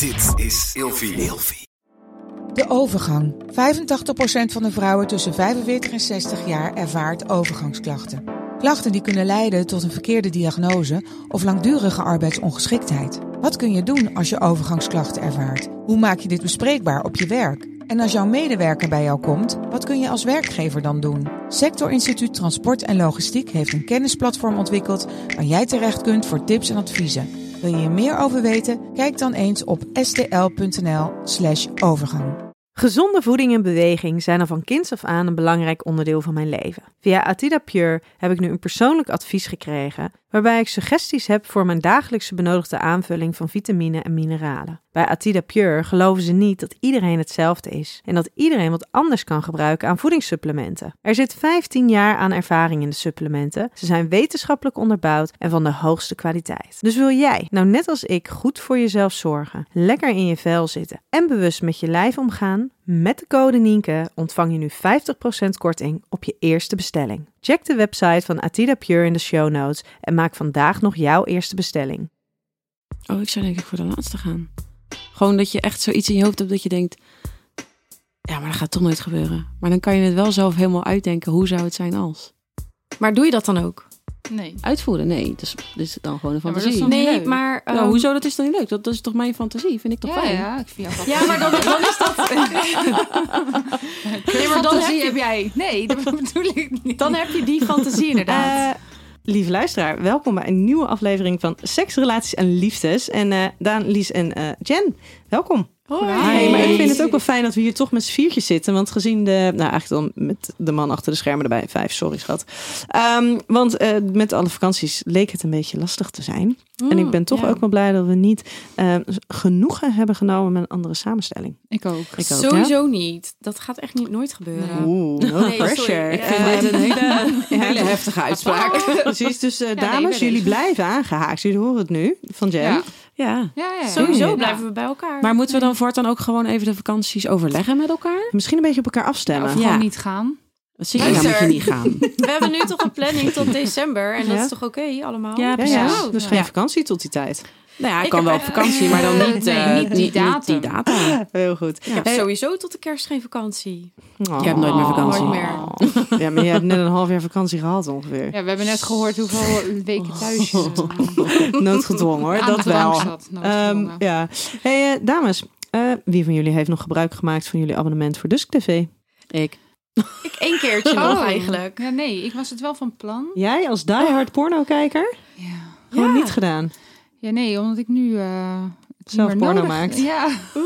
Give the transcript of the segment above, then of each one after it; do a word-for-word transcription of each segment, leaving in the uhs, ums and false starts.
Dit is Ilfie. Ilfie. De overgang. vijfentachtig procent van de vrouwen tussen vijfenveertig en zestig jaar ervaart overgangsklachten. Klachten die kunnen leiden tot een verkeerde diagnose of langdurige arbeidsongeschiktheid. Wat kun je doen als je overgangsklachten ervaart? Hoe maak je dit bespreekbaar op je werk? En als jouw medewerker bij jou komt, wat kun je als werkgever dan doen? Sector Instituut Transport en Logistiek heeft een kennisplatform ontwikkeld waar jij terecht kunt voor tips en adviezen. Wil je hier meer over weten? Kijk dan eens op stl.nl slash overgang. Gezonde voeding en beweging zijn al van kinds af aan een belangrijk onderdeel van mijn leven. Via Atida Pure heb ik nu een persoonlijk advies gekregen waarbij ik suggesties heb voor mijn dagelijkse benodigde aanvulling van vitamine en mineralen. Bij Atida Pure geloven ze niet dat iedereen hetzelfde is en dat iedereen wat anders kan gebruiken aan voedingssupplementen. Er zit vijftien jaar aan ervaring in de supplementen, ze zijn wetenschappelijk onderbouwd en van de hoogste kwaliteit. Dus wil jij, nou net als ik, goed voor jezelf zorgen, lekker in je vel zitten en bewust met je lijf omgaan? Met de code Nienke ontvang je nu vijftig procent korting op je eerste bestelling. Check de website van Atida Pure in de show notes en maak vandaag nog jouw eerste bestelling. Oh, ik zou denk ik voor de laatste gaan. Gewoon dat je echt zoiets in je hoofd hebt dat je denkt, ja, maar dat gaat toch nooit gebeuren. Maar dan kan je het wel zelf helemaal uitdenken, hoe zou het zijn als. Maar doe je dat dan ook? Nee. Uitvoeren? Nee, dus, dus dan gewoon een Ja, maar fantasie. dat is toch niet nee, leuk? maar um, nou, hoezo? Dat is toch niet leuk? Dat, dat is toch mijn fantasie? Vind ik toch ja, fijn? Ja, ik vind jou ja, maar dan, dan is dat... nee, maar dan heb, je... heb jij... Nee, dat bedoel ik niet. Dan heb je die fantasie inderdaad. Uh, lieve luisteraar, welkom bij een nieuwe aflevering van Seks, Relaties en Liefdes. En uh, Daan, Lies en uh, Jen, welkom. Hoi. Hey, maar ik vind het ook wel fijn dat we hier toch met z'n viertjes zitten. Want gezien de... Nou, eigenlijk dan met de man achter de schermen erbij. Vijf, sorry schat. Um, want uh, met alle vakanties leek het een beetje lastig te zijn. Mm, en ik ben toch ja. ook wel blij dat we niet uh, genoegen hebben genomen met een andere samenstelling. Ik ook. Ik ook Sowieso ja? niet. Dat gaat echt niet nooit gebeuren. Nee. Oeh, no nee, pressure. Ik vind uh, dit een hele, hele heftige uitspraak. Oh. Precies, dus uh, ja, dames, nee, jullie blijven aangehaakt. Jullie horen het nu van Jen. Ja. Ja. Ja, ja, ja. Sowieso ja. blijven we bij elkaar. Maar moeten we dan voortaan ook gewoon even de vakanties overleggen met elkaar? Misschien een beetje op elkaar afstemmen. Ja, of gewoon ja. niet gaan. Wat zie je? Dan moet je niet gaan. We hebben nu toch een planning tot december. En dat ja. is toch oké okay, allemaal? Ja, precies. Ja, ja. Dus geen ja. vakantie tot die tijd. Nou ja, ik kan wel op vakantie, maar dan niet, uh, nee, niet, die, data. niet die data. Heel goed. Ik heb hey. sowieso tot de kerst geen vakantie. Oh. Je hebt nooit meer vakantie. Nooit meer. Ja, maar je hebt net een half jaar vakantie gehad ongeveer. Ja, we hebben net gehoord hoeveel weken thuis je noodgedwongen hoor, dat wel. Zat, um, ja. Hey, uh, dames, uh, wie van jullie heeft nog gebruik gemaakt van jullie abonnement voor Dusk T V? Ik. Ik één keertje oh. nog eigenlijk. Ja, nee, ik was het wel van plan. Jij als diehard porno-kijker? Ja. Gewoon ja. niet gedaan? Ja, nee, omdat ik nu uh, zelf porno maakt. Ja.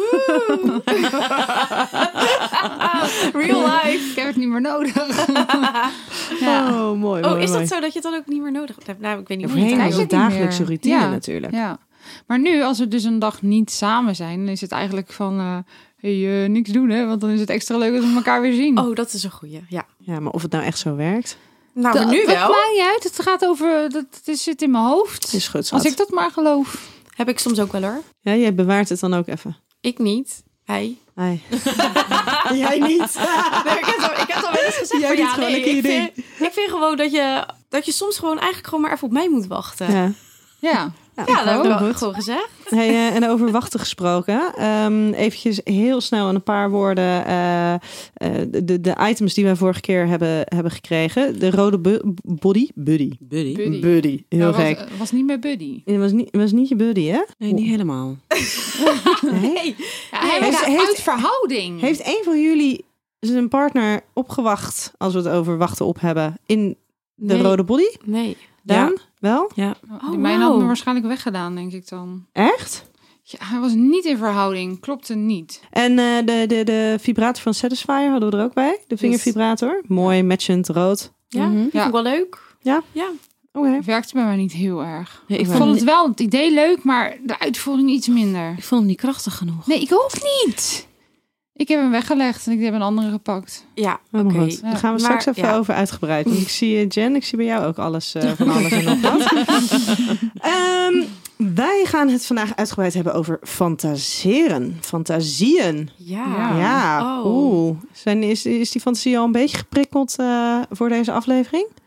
Real life. Ik heb het niet meer nodig. ja. Oh, mooi. Oh, mooi, is mooi. dat zo dat je het dan ook niet meer nodig hebt? Nou, ik weet niet. Voorheen was het dagelijkse routine ja. natuurlijk. Ja. Maar nu, als we dus een dag niet samen zijn, dan is het eigenlijk van... Uh, hey, uh, niks doen, hè? Want dan is het extra leuk als we elkaar weer zien. Oh, dat is een goeie. Ja. Ja, maar of het nou echt zo werkt? Nou, dat, nu dat wel. Dat maakt niet uit. Het gaat over... Dat, het zit in mijn hoofd. Is goed, schat. Als ik dat maar geloof. Heb ik soms ook wel, hoor. Ja, jij bewaart het dan ook even. Ik niet. Hij. Hij. Jij niet. Nee, ik, heb al, ik heb al wel eens gezegd. Jij ja, nee, ik, vind, ik vind gewoon dat je, dat je soms gewoon eigenlijk gewoon maar even op mij moet wachten. Ja. Ja. Ja, ja dat heb ik wel gewoon gezegd. Hey, uh, en over wachten gesproken. Um, eventjes heel snel in een paar woorden. Uh, uh, de, de items die wij vorige keer hebben, hebben gekregen. De rode bu- body. Buddy. Buddy. Buddy. Buddy. Heel was, gek. was niet meer Buddy. Het was niet, was niet je buddy, hè? Nee, niet helemaal. Nee. Ja, hij heeft, was heeft, uit verhouding. Heeft een van jullie zijn partner opgewacht, als we het over wachten op hebben, in de nee. rode body? Nee. Daan? Ja. Wel? Ja. Oh, die mijne wow. had me waarschijnlijk weggedaan, denk ik dan. Echt? Ja, hij was niet in verhouding. Klopte niet. En uh, de, de, de vibrator van Satisfyer hadden we er ook bij. De vingervibrator. Mooi, matchend, rood. Ja, mm-hmm. die ja. vond ik wel leuk. Ja? Ja. Oké. Okay. Het werkte bij mij niet heel erg. Nee, ik, ik vond het wel, het idee leuk, maar de uitvoering iets minder. Ik vond hem niet krachtig genoeg. Nee, ik ook niet. Ik heb hem weggelegd en ik heb een andere gepakt. Ja, oké. Okay. Ja. Daar gaan we straks maar, even ja. over uitgebreid. Want ik zie Jen, ik zie bij jou ook alles uh, van alles en nog wat. um, wij gaan het vandaag uitgebreid hebben over fantaseren. Fantasieën. Ja. Ja. Oh. Oeh. Zijn, is, is die fantasie al een beetje geprikkeld uh, voor deze aflevering?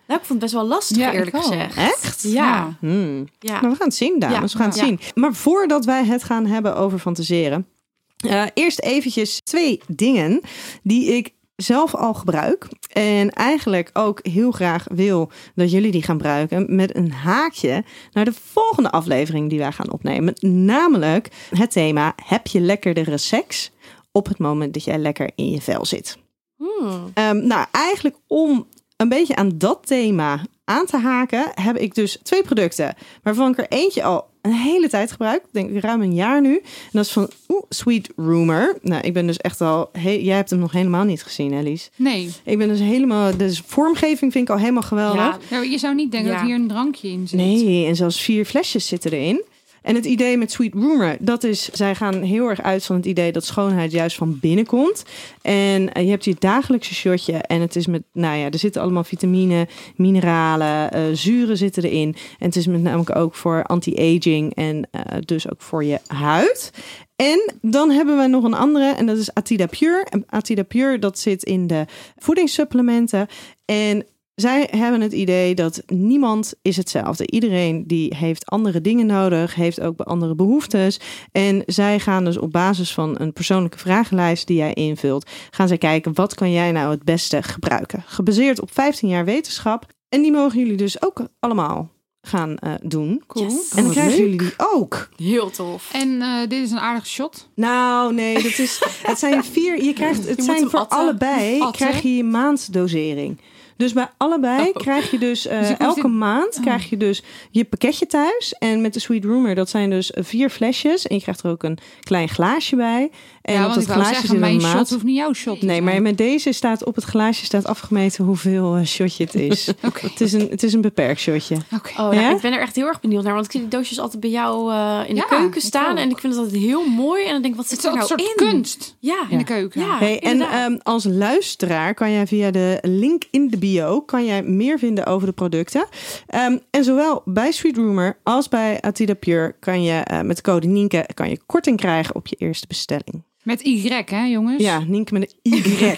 Nou, ik vond het best wel lastig, Ja, ik eerlijk wel. gezegd. Echt? Ja. Hmm. ja. Nou, we gaan het zien, dames. Ja. We gaan het Ja. zien. Maar voordat wij het gaan hebben over fantaseren... Uh, eerst eventjes twee dingen die ik zelf al gebruik. En eigenlijk ook heel graag wil dat jullie die gaan gebruiken. Met een haakje naar de volgende aflevering die wij gaan opnemen. Namelijk het thema: heb je lekkerdere seks op het moment dat jij lekker in je vel zit? Hmm. Um, nou, eigenlijk om een beetje aan dat thema aan te haken, heb ik dus twee producten. Waarvan ik er eentje al een hele tijd gebruik. Denk ik ruim een jaar nu. En dat is van oeh, Sweet Rumor. Nou, ik ben dus echt al... He- jij hebt hem nog helemaal niet gezien, hè, Lies? Nee. Ik ben dus helemaal... De vormgeving vind ik al helemaal geweldig. Ja, Nou, je zou niet denken Ja. dat hier een drankje in zit. Nee, en zelfs vier flesjes zitten erin. En het idee met Sweet Rumor, dat is... Zij gaan heel erg uit van het idee dat schoonheid juist van binnen komt. En uh, je hebt je dagelijkse shotje. En het is met... Nou ja, er zitten allemaal vitamine, mineralen, uh, zuren zitten erin. En het is met namelijk ook voor anti-aging. En uh, dus ook voor je huid. En dan hebben we nog een andere. En dat is Atida Pure. En Atida Pure, dat zit in de voedingssupplementen. En... zij hebben het idee dat niemand is hetzelfde. Iedereen die heeft andere dingen nodig, heeft ook andere behoeftes. En zij gaan dus op basis van een persoonlijke vragenlijst die jij invult, gaan zij kijken wat kan jij nou het beste gebruiken. Gebaseerd op vijftien jaar wetenschap. En die mogen jullie dus ook allemaal gaan uh, doen. Cool. En Yes. dan wat krijgen leuk. jullie die ook. Heel tof. En uh, dit is een aardige shot. Nou, nee, dat is, het zijn vier. Je krijgt, het moet zijn hem voor atten. allebei Atten. krijg je je maanddosering. Dus bij allebei Oh. krijg je dus uh, Dus ik hoef elke dit- maand Oh. krijg je dus je pakketje thuis. En met de Sweet Rumor, dat zijn dus vier flesjes. En je krijgt er ook een klein glaasje bij. En ja, op want dat ik wou glaasje zeggen, zit een mijn maat. shot hoeft niet jouw shot te Nee, zijn. maar met deze staat op het glaasje staat afgemeten hoeveel uh, shotje het is. Oké. Het is een, het is een beperkt shotje. Oké. Oh, nou, Ja? ik ben er echt heel erg benieuwd naar. Want ik zie die doosjes altijd bij jou uh, in de Ja, keuken ik staan. ook. En ik vind het altijd heel mooi. En dan denk ik, wat Het zit is er een nou soort in? kunst Ja. in de keuken. Ja. Hey, en inderdaad. um, als luisteraar kan jij via de link in de bio kan jij meer vinden over de producten. Um, en zowel bij Sweet Rumor als bij Atida Pure kan je uh, met de code Nienke kan je korting krijgen op je eerste bestelling. Met Y, hè jongens? Ja, Nienke met een Y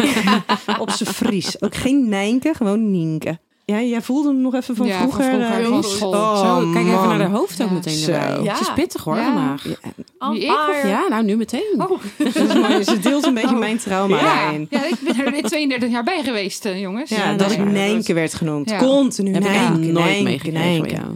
op z'n Fries. Ook geen Nijnke, gewoon Nienke. Ja, jij voelde hem nog even van Ja, van vroeger. vroeger, uh, van Lies? school. Oh, Zo, kijk even man. naar haar hoofd ook Ja. meteen Zo. erbij. Ja. Het is pittig hoor Ja. vandaag. Ja, On Wie, ik of fire. Ja, nou nu meteen. Oh. dat is mooi. Ze deelt een beetje Oh. mijn trauma Ja. daarin. ja, ik ben er weer tweeëndertig jaar bij geweest, uh, jongens. Ja, Ja, dat nee, ik ja, Nijnke werd genoemd. Ja. Continu Heb ik Nijnke, eigenlijk nooit Nijnke, meegekregen Nijnke. bij jou.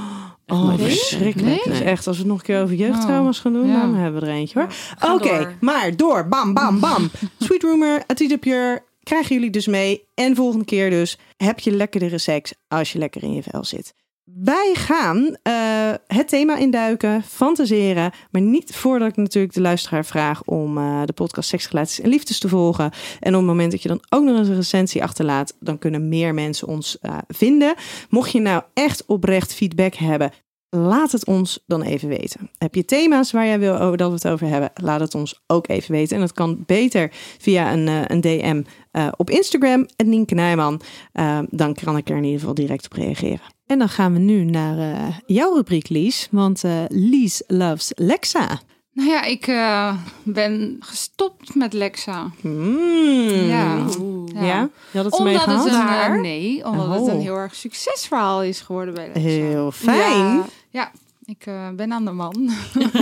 Oh, nooit verschrikkelijk. Nee? Dat is echt, als we het nog een keer over jeugdtrauma's gaan doen, Ja. dan hebben we er eentje hoor. Ga Oké, door. maar door. Bam, bam, bam. Sweet Rumor, Atida Pure, krijgen jullie dus mee. En volgende keer dus, heb je lekkerdere seks als je lekker in je vel zit. Wij gaan uh, het thema induiken, fantaseren. Maar niet voordat ik natuurlijk de luisteraar vraag om uh, de podcast Seks, Relaties en Liefdes te volgen. En op het moment dat je dan ook nog eens een recensie achterlaat, dan kunnen meer mensen ons uh, vinden. Mocht je nou echt oprecht feedback hebben, laat het ons dan even weten. Heb je thema's waar jij wil dat we het over hebben? Laat het ons ook even weten. En dat kan beter via een, uh, een D M uh, op Instagram, het Nienke Nijman. Uh, dan kan ik er in ieder geval direct op reageren. En dan gaan we nu naar uh, jouw rubriek, Lies. Want uh, Lies loves Lexa. Nou ja, ik uh, ben gestopt met Lexa. Mm. Ja. Oeh. Ja? Je had het ermee Omdat het gehad? een, uh, nee, omdat Oh. het een heel erg succesverhaal is geworden bij Lexa. Heel fijn. Ja, ja, ik uh, ben aan de man.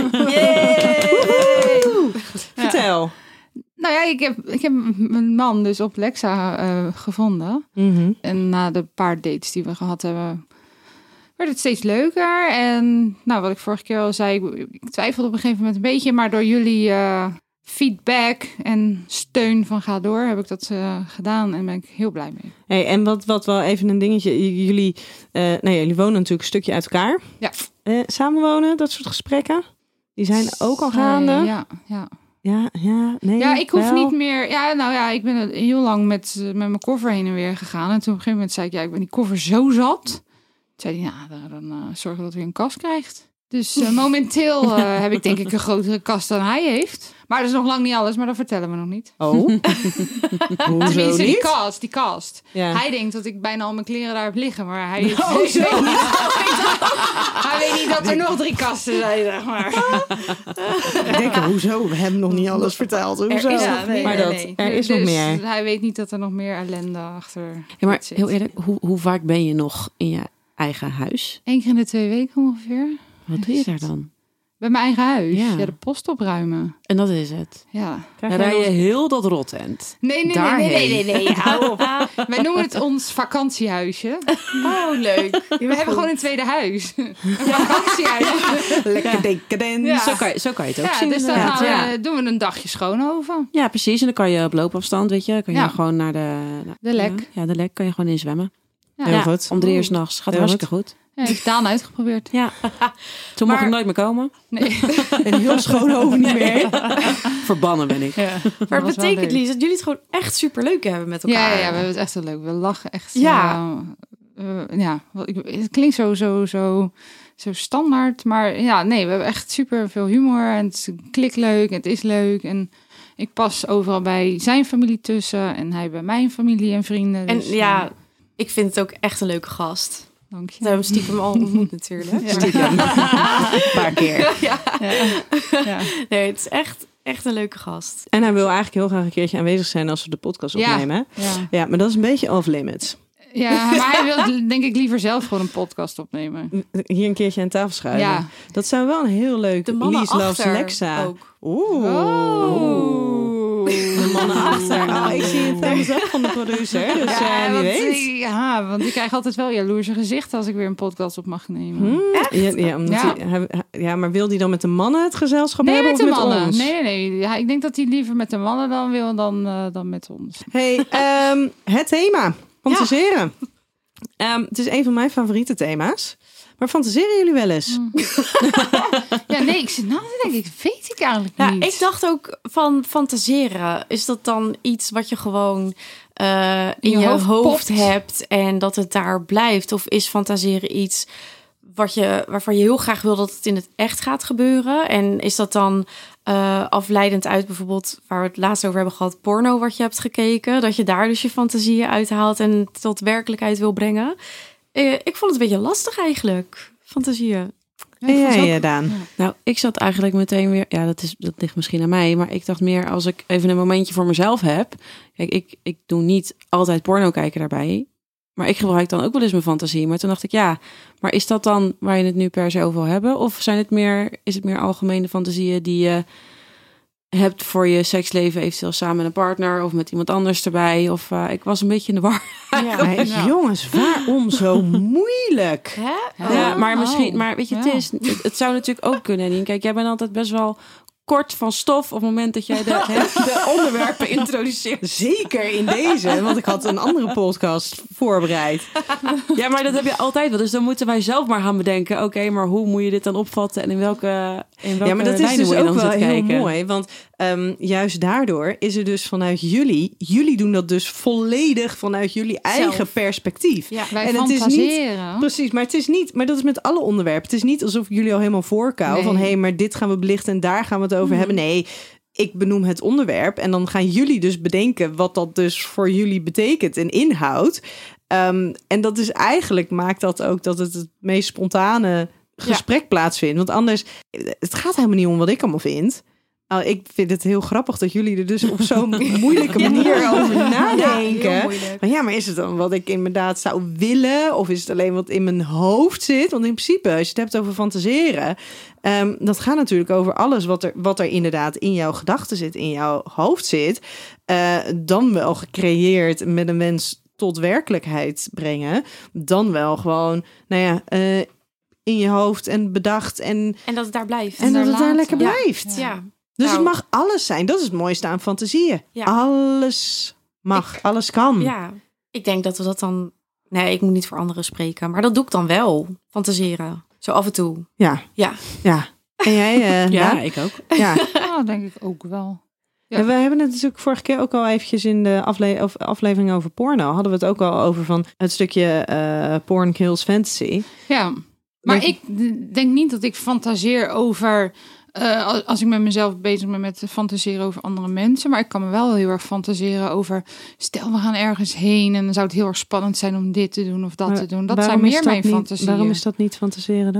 Vertel. Nou ja, ik heb, ik heb mijn man dus op Lexa uh, gevonden. Mm-hmm. En na de paar dates die we gehad hebben, werd het steeds leuker. En nou, wat ik vorige keer al zei, ik, ik twijfelde op een gegeven moment een beetje. Maar door jullie uh, feedback en steun van Ga Door heb ik dat uh, gedaan. En ben ik heel blij mee. Hey, en wat, wat wel even een dingetje. J- Jullie, uh, nou ja, jullie wonen natuurlijk een stukje uit elkaar. Ja. Uh, samenwonen, dat soort gesprekken. Die zijn ook al gaande. Uh, ja, ja. Ja, ja, nee. Ja, ik hoef wel. niet meer. Ja, nou ja, ik ben heel lang met, uh, met mijn koffer heen en weer gegaan. En toen op een gegeven moment zei ik, ja, ik ben die koffer zo zat. Toen zei hij, nou, dan uh, zorgen dat hij een kast krijgt. Dus uh, momenteel uh, heb ik denk ik een grotere kast dan hij heeft. Maar dat is nog lang niet alles, maar dat vertellen we nog niet. Oh. Hoezo Tenminste, die niet? kast, die kast. Ja. Hij denkt dat ik bijna al mijn kleren daar heb liggen, maar hij, Oh, hij, zo. weet, niet, hij weet niet dat er nog drie kasten zijn, zeg maar. denk, hoezo? We hebben nog niet alles verteld. Hoezo? Er is Ja, nog nee, meer. maar nee, dat, nee. er is dus nog meer. Hij weet niet dat er nog meer ellende achter Ja, maar zit. heel eerlijk, hoe, hoe vaak ben je nog in je eigen huis? Eén keer in de twee weken ongeveer. Wat doe je daar dan? Bij mijn eigen huis. Ja. Ja, de post opruimen. En dat is het. Ja. Krijg Dan jij rij je nog- heel dat rotend. Nee, nee, nee, Daarheen. nee, nee, nee, nee. Hou op. Wij noemen het ons vakantiehuisje. Oh, leuk. We hebben gewoon een tweede huis. Een vakantiehuis. Lekker decadent. Ja. Zo, kan je, zo kan je het ook Ja, zien. dus dan inderdaad. gaan we, ja. doen we een dagje Schoonhoven. ja, precies. En dan kan je op loopafstand, weet je, kan je Ja. gewoon naar de... naar- De lek. Ja, de lek kan je gewoon in zwemmen. Ja. Heel Ja, goed. om drie uur 's nachts. Gaat Heel hartstikke goed. Ja, heeft Daan uitgeprobeerd. Ja. Toen mocht Maar- ik nooit meer komen. Nee. En heel Schoonhoven niet meer. Verbannen ben ik. Ja. Maar het was wel betekent, leuk. Lies, dat jullie het gewoon echt super leuk hebben met elkaar. Ja, ja, ja, we hebben het echt heel leuk. We lachen echt. Ja. eh, eh, ja, wat ik, het klinkt zo, zo, zo, zo standaard. Maar ja, nee, we hebben echt super veel humor. En het is klikleuk en het is leuk. En ik pas overal bij zijn familie tussen. En hij bij mijn familie en vrienden. En Dus, ja, eh, ik vind het ook echt een leuke gast. dank je. We hebben hem stiekem al ontmoet natuurlijk. Ja. Stiekem. Een paar keer. Ja. Ja. Nee, het is echt, echt een leuke gast. En hij wil eigenlijk heel graag een keertje aanwezig zijn als we de podcast Ja. opnemen. Ja. Ja, maar dat is een beetje off-limits. ja, maar hij wil denk ik liever zelf gewoon een podcast opnemen. Hier een keertje aan tafel schuiven. Ja. Dat zou wel een heel leuk De mannen Lies Loves achter Lexa. ook. Oeh. Oh. De mannen achter. Oh, ik zie een thumbs up van de producer. Dus eh, wie want, weet. ik- ja, want ik krijg altijd wel jaloerse gezichten als ik weer een podcast op mag nemen. Hmm? Ja, ja, omdat Ja. Hij, hij- ja, maar wil hij dan met de mannen het gezelschap Nee, hebben met of de met mannen. ons? Nee, nee, nee. Ja, ik denk dat hij liever met de mannen dan wil dan, eh, dan met ons. Hey, ehm, het thema. Fantaseren. Ehm, het is een van mijn favoriete thema's. Maar fantaseren jullie wel eens? Ja, nee, ik zit na te denken. Ik weet ik eigenlijk Ja, niet. ik dacht ook van fantaseren. Is dat dan iets wat je gewoon eh, in, je je, hoofd hoofd, popt? hebt en dat het daar blijft? Of is fantaseren iets wat je, waarvan je heel graag wil dat het in het echt gaat gebeuren? En is dat dan eh, afleidend uit bijvoorbeeld waar we het laatst over hebben gehad, porno wat je hebt gekeken? Dat je daar dus je fantasieën uithaalt en tot werkelijkheid wil brengen? Eh, ik vond het een beetje lastig eigenlijk, fantasieën. En jij, eh, Daan? Nou, ik zat eigenlijk meteen weer... Ja, dat, is, dat ligt misschien aan mij. Maar ik dacht meer als ik even een momentje voor mezelf heb. Kijk, ik, ik doe niet altijd porno kijken daarbij. Maar ik gebruik dan ook wel eens mijn fantasie. Maar toen dacht ik, ja, maar is dat dan waar je het nu per se over wil hebben? Of zijn het meer, is het meer algemene fantasieën die je hebt voor je seksleven, eventueel samen met een partner of met iemand anders erbij? Of uh, ik was een beetje in de war. Ja. Hey, jongens, waarom zo moeilijk? Hè? Ja, Oh. maar misschien, Oh. maar weet je, Ja. het, is, het, het zou natuurlijk ook kunnen. Nadine. Kijk, jij bent altijd best wel kort van stof op het moment dat jij de, hè, de onderwerpen introduceert. Zeker in deze, want ik had een andere podcast voorbereid. Ja, maar dat heb je altijd wel. Dus dan moeten wij zelf maar gaan bedenken. Oké, okay, maar hoe moet je dit dan opvatten en in welke, in welke Ja, maar dat is lijnen dus moet je ook dan wel zitten heel kijken? mooi. Want um, juist daardoor is er dus vanuit jullie... Jullie doen dat dus volledig vanuit jullie eigen perspectief. Ja. Wij En het is niet- fantaseren. Precies, maar het is niet... Maar dat is met alle onderwerpen. Het is niet alsof jullie al helemaal voorkouwen. Nee. Van, hé, hey, maar dit gaan we belichten en daar gaan we het over Mhm. hebben. Nee, ik benoem het onderwerp. En dan gaan jullie dus bedenken wat dat dus voor jullie betekent en inhoudt. Um, en dat is eigenlijk, maakt dat ook dat het het meest spontane gesprek plaatsvindt. Want anders, het gaat helemaal niet om wat ik allemaal vind. Nou, ik vind het heel grappig dat jullie er dus op zo'n moeilijke manier over nadenken. heel moeilijk. Maar ja, maar is het dan wat ik inderdaad zou willen? Of is het alleen wat in mijn hoofd zit? Want in principe, als je het hebt over fantaseren... Um, dat gaat natuurlijk over alles wat er, wat er inderdaad in jouw gedachten zit, in jouw hoofd zit. Uh, dan wel gecreëerd met een wens tot werkelijkheid brengen. Dan wel gewoon, nou ja... Uh, in je hoofd en bedacht. En, En dat het daar blijft. en dat het daar laten. lekker Ja. blijft. Ja. Dus Nou. het mag alles zijn. Dat is het mooiste aan fantasieën. Ja. Alles mag, alles kan. Ja, ik denk dat we dat dan... Nee, ik moet niet voor anderen spreken. Maar dat doe ik dan wel. Fantaseren. Zo af en toe. Ja. Ja. Ja. En jij? Uh, Ja, Daan? ik ook. Ja. Ja, denk ik ook wel. Ja. En we hebben het natuurlijk vorige keer ook al eventjes in de afle- of aflevering over porno. Hadden we het ook al over van het stukje uh, porn kills fantasy. Ja, maar Denk- ik denk niet dat ik fantaseer over... Uh, als- als ik met mezelf bezig ben met fantaseren over andere mensen. Maar ik kan me wel heel erg fantaseren over... Stel, we gaan ergens heen en dan zou het heel erg spannend zijn om dit te doen of dat Maar te doen. Dat waarom zijn is meer dat mijn niet- fantasieën. Waarom is dat niet fantaseren dan?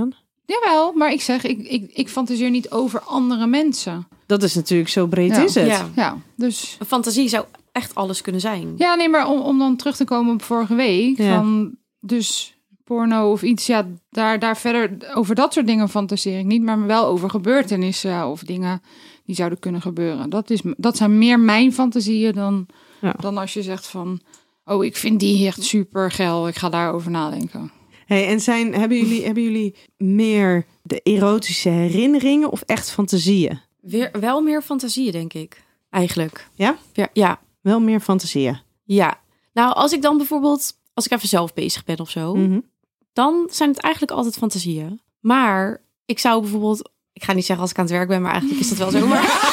Jawel, maar ik zeg, ik, ik, ik fantaseer niet over andere mensen. Dat is natuurlijk zo breed Ja. is het. Ja. Ja, dus... Een fantasie zou echt alles kunnen zijn. Ja, nee, maar om, om dan terug te komen op vorige week. Ja. Van, dus porno of iets, ja, daar, daar verder over dat soort dingen fantaseer ik niet. Maar wel over gebeurtenissen of dingen die zouden kunnen gebeuren. Dat, is, dat zijn meer mijn fantasieën dan, Ja. dan als je zegt van... Oh, ik vind die echt super geil, ik ga daarover nadenken. Hey, en zijn, hebben, jullie, hebben jullie meer de erotische herinneringen of echt fantasieën? Weer, wel meer fantasieën, denk ik. Eigenlijk. Ja? Ja, ja. Wel meer fantasieën. Ja. Nou, als ik dan bijvoorbeeld... Als ik even zelf bezig ben of zo... Mhm. dan zijn het eigenlijk altijd fantasieën. Maar ik zou bijvoorbeeld... Ik ga niet zeggen als ik aan het werk ben, maar eigenlijk is dat wel zo. Maar...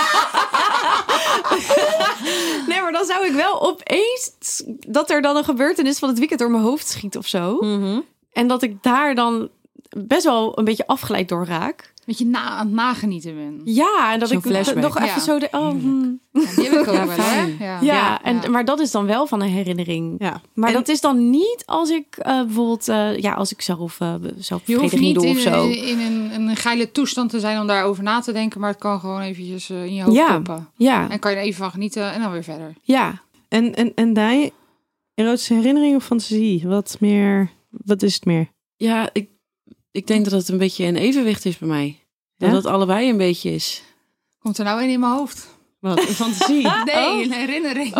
nee, maar dan zou ik wel opeens... dat er dan een gebeurtenis van het weekend door mijn hoofd schiet of zo. Mhm. En dat ik daar dan best wel een beetje afgeleid door raak. Dat je na, aan het nagenieten bent. Ja, en dat Zo'n ik flashback. nog even Ja. zo... De, oh, hmm. Ja, die heb ik ook Ja, wel, hè? fijn. Ja. Ja, en, ja. maar dat is dan wel van een herinnering. Ja. Maar En- dat is dan niet als ik uh, bijvoorbeeld... Uh, ja, als ik zelf, uh, zelf Je hoeft verdediging niet doe in, of zo. in een, een geile toestand te zijn om daarover na te denken. Maar het kan gewoon eventjes uh, in je hoofd Ja. poppen. Ja, En kan je er even van genieten en dan weer verder. ja. En, en, en Dai, erotische herinnering of fantasie? Wat meer, wat is het meer? Ja, ik, ik denk dat het een beetje een evenwicht is bij mij. Dat Ja? het allebei een beetje is. Komt er nou een in mijn hoofd? Wat, een fantasie? Nee, een herinnering.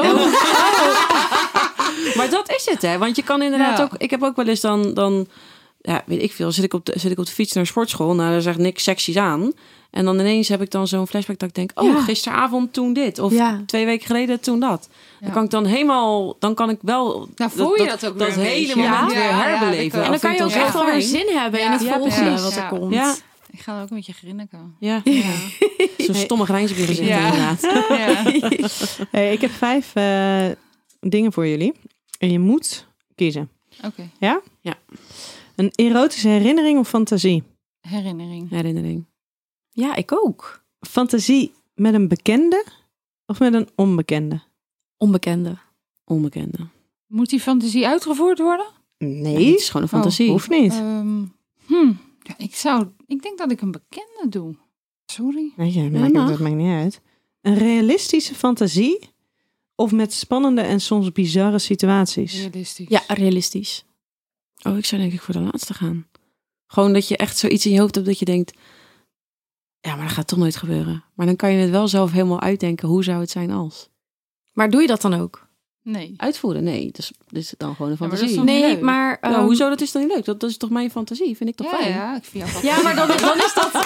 Maar dat is het, hè? Want je kan inderdaad Ja. ook... Ik heb ook wel eens dan... dan ja, weet ik veel. Zit ik op de, zit ik op de fiets naar sportschool. Nou, daar is echt niks seksies aan. En dan ineens heb ik dan zo'n flashback dat ik denk... Oh, Ja. gisteravond toen dit. Of Ja. twee weken geleden toen dat. Ja. Dan kan ik dan helemaal... Dan kan ik wel... Nou, voel je dat ook weer Dat een hele beetje. moment Ja, weer ja, ja, herbeleven. dat kan. En dan Dat kan vind je ik ook dan echt zo wel weer fijn. zin hebben in Ja, het ja, volgende precies, wat er ja. komt. Ja, Ik ga ook een beetje grinniken. ja. Ja. Zo'n stomme grijns op je gezicht Ja. inderdaad. Ja. Hey, ik heb vijf uh, dingen voor jullie. En je moet kiezen. Oké, Ja? Ja. Een erotische herinnering of fantasie? herinnering. Herinnering. Ja, ik ook. Fantasie met een bekende of met een onbekende? Onbekende. Onbekende. Moet die fantasie uitgevoerd worden? Nee, Nee, het is gewoon een fantasie. hoeft niet. Ehm, hm. Ja, ik zou... Ik denk dat ik een bekende doe. Sorry. Nee, ja, Ja, maakt, mag. dat maakt niet uit. Een realistische fantasie of met spannende en soms bizarre situaties? Realistisch. Ja, realistisch. Oh, ik zou denk ik voor de laatste gaan. Gewoon dat je echt zoiets in je hoofd hebt dat je denkt... Ja, maar dat gaat toch nooit gebeuren. Maar dan kan je het wel zelf helemaal uitdenken. Hoe zou het zijn als? Maar doe je dat dan ook? Nee. Uitvoeren? Nee, dus dit is dan gewoon een maar dat fantasie. is dan- Nee, leuk. maar... Nou, ehm, hoezo? Dat is dan niet leuk? Dat, dat is toch mijn fantasie? Vind ik toch Ja, fijn? ja, ik vind jou Ja, maar dan, dan is dat...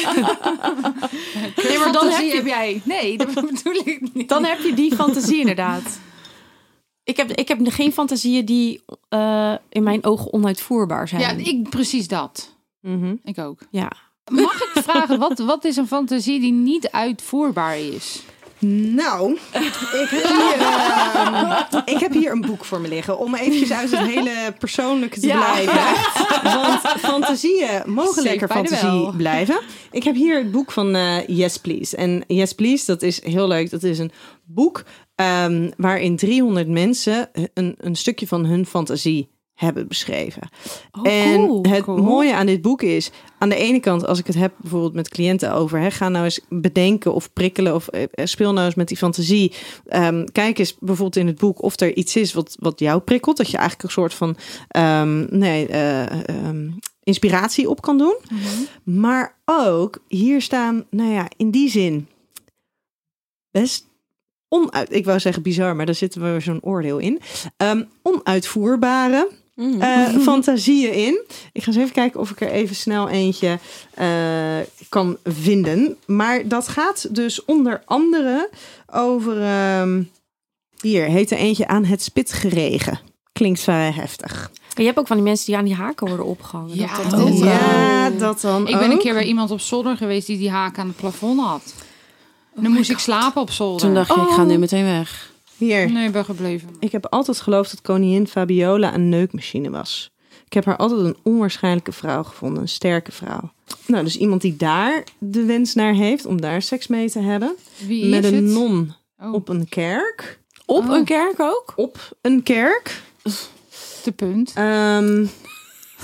Nee, maar dan heb je- heb jij. Nee, dat bedoel ik niet. Dan heb je die fantasie inderdaad. Ik heb, ik heb geen fantasieën die uh, in mijn ogen onuitvoerbaar zijn. Ja, ik, precies dat. Mhm. Ik ook. Ja. Mag ik vragen, wat, wat is een fantasie die niet uitvoerbaar is? Nou, ik heb, hier, uh, ik heb hier een boek voor me liggen. Om eventjes uit het hele persoonlijke te Ja. blijven. Want fantasieën mogen Safe lekker by the fantasie well. blijven. Ik heb hier het boek van uh, Yes Please. En Yes Please, dat is heel leuk. Dat is een boek um, waarin driehonderd mensen een, een stukje van hun fantasie hebben beschreven. Oh, en cool, het cool. mooie aan dit boek is, aan de ene kant, als ik het heb bijvoorbeeld met cliënten over, hè, ga nou eens bedenken of prikkelen of uh, speel nou eens met die fantasie. Um, kijk eens bijvoorbeeld in het boek of er iets is wat, wat jou prikkelt, dat je eigenlijk een soort van um, nee, uh, um, inspiratie op kan doen. Mm-hmm. Maar ook hier staan, nou ja, in die zin best onuit, ik wou zeggen bizar, maar daar zitten we weer zo'n oordeel in. Um, onuitvoerbare Mm. uh, fantasieën in. Ik ga eens even kijken of ik er even snel eentje uh, kan vinden. Maar dat gaat dus onder andere over... Um, hier, heet er eentje aan het spitgeregen. Klinkt vrij heftig. En je hebt ook van die mensen die aan die haken worden opgehangen. Ja, dat, dat ook, is- uh, Ja, dat dan Ik ben een ook. keer bij iemand op zolder geweest die die haak aan het plafond had. En dan moest ik slapen op zolder. Toen dacht je, ik ga Oh. nu meteen weg. Hier. Nee, ik ben gebleven. Ik heb altijd geloofd dat koningin Fabiola een neukmachine was. Ik heb haar altijd een onwaarschijnlijke vrouw gevonden. Een sterke vrouw. Nou, dus iemand die daar de wens naar heeft om daar seks mee te hebben. Wie Met is een het? non Oh, op een kerk. Op Oh. een kerk ook? Op een kerk. de punt. Um,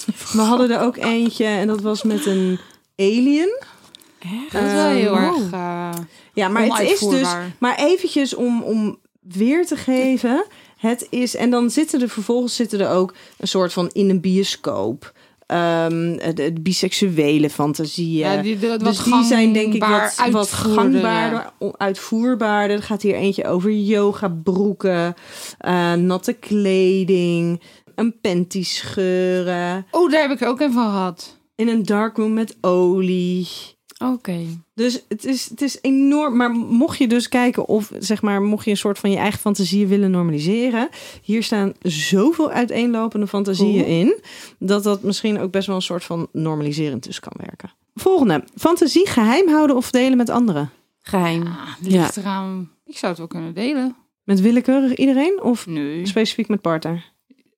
We hadden er ook eentje en dat was met een alien. Dat is wel heel Um, erg uh, Ja, maar het is dus... onuitvoerbaar. Maar eventjes om, om weer te geven. Het is... En dan zitten er vervolgens zitten er ook een soort van in een bioscoop. Um, de, de biseksuele fantasieën. Ja, die, de, wat dus die zijn denk ik wat, wat uitvoerder, gangbaarder, ja. uitvoerbaarder. Er gaat hier eentje over yoga broeken, uh, natte kleding, een panty scheuren, Oh, daar heb ik er ook een van gehad. in een darkroom met olie. Oké. Okay. Dus het is, het is enorm. Maar mocht je dus kijken of, zeg maar, mocht je een soort van je eigen fantasieën willen normaliseren. Hier staan zoveel uiteenlopende fantasieën Cool. in. Dat dat misschien ook best wel een soort van normaliserend dus kan werken. Volgende. Fantasie geheim houden of delen met anderen. Geheim. Ah, ligt eraan. Ik zou het wel kunnen delen. Met willekeurig iedereen of Nee. specifiek met partner?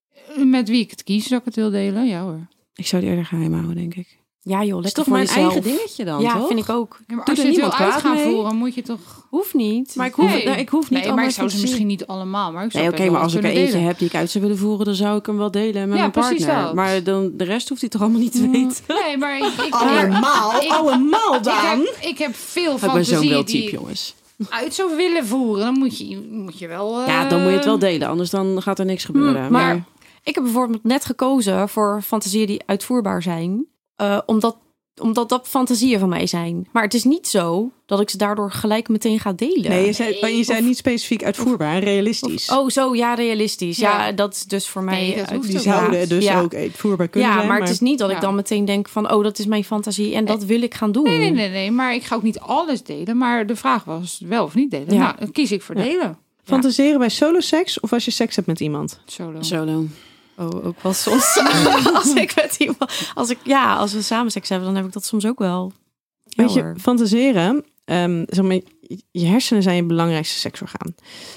Met wie ik het kies, zou ik het wil delen? Ja hoor. Ik zou die eerder geheim houden, denk ik. Ja joh, Dat is lekker toch voor mijn jezelf. eigen dingetje dan, Ja, toch? vind ik ook. Ja, maar Doe als er je het wil niemand uit kwaad gaan mee? voeren, moet je toch... Hoeft niet. Maar ik hoef, Nee. nou, ik hoef niet Nee, maar ik zou ze fantasie- misschien niet allemaal, maar ik zou Nee, het oké, best maar wel als ik er kunnen eentje delen. heb die ik uit zou willen voeren, dan zou ik hem wel delen met Ja, mijn precies partner. dat. Maar dan, de rest hoeft hij toch allemaal niet te weten. Nee, maar ik, ik, Allemaal, ik- allemaal ik, dan. heb, ik heb veel Ik ben zo'n fantasieën wel die type, jongens. uit zou willen voeren. Dan moet je, moet je wel... uh, Ja, dan moet je het wel delen, anders dan gaat er niks gebeuren. Mm, maar ik heb bijvoorbeeld net gekozen voor fantasieën die uitvoerbaar zijn. Uh, omdat, omdat dat fantasieën van mij zijn. Maar het is niet zo dat ik ze daardoor gelijk meteen ga delen. Nee, je zei, maar je zei niet specifiek uitvoerbaar en realistisch. Oh, zo, ja, realistisch. Ja, Ja. dat is dus voor mij... Nee, dat uit- hoeft die ook zouden niet. dus Ja. ook uitvoerbaar kunnen ja, zijn. maar het is niet dat ik Ja. dan meteen denk van... oh, dat is mijn fantasie en dat wil ik gaan doen. Nee, nee, nee, nee, maar ik ga ook niet alles delen. Maar de vraag was wel of niet delen. Ja. Nou, dan kies ik voor Ja. delen. Fantaseren bij solo-seks of als je seks hebt met iemand? Solo. Solo. Oh, ook wel soms. als ik met iemand... Als ik, ja, als we samen seks hebben, dan heb ik dat soms ook wel. Ja, Weet je, hoor. fantaseren, um, zeg maar, je hersenen zijn je belangrijkste seksorgaan.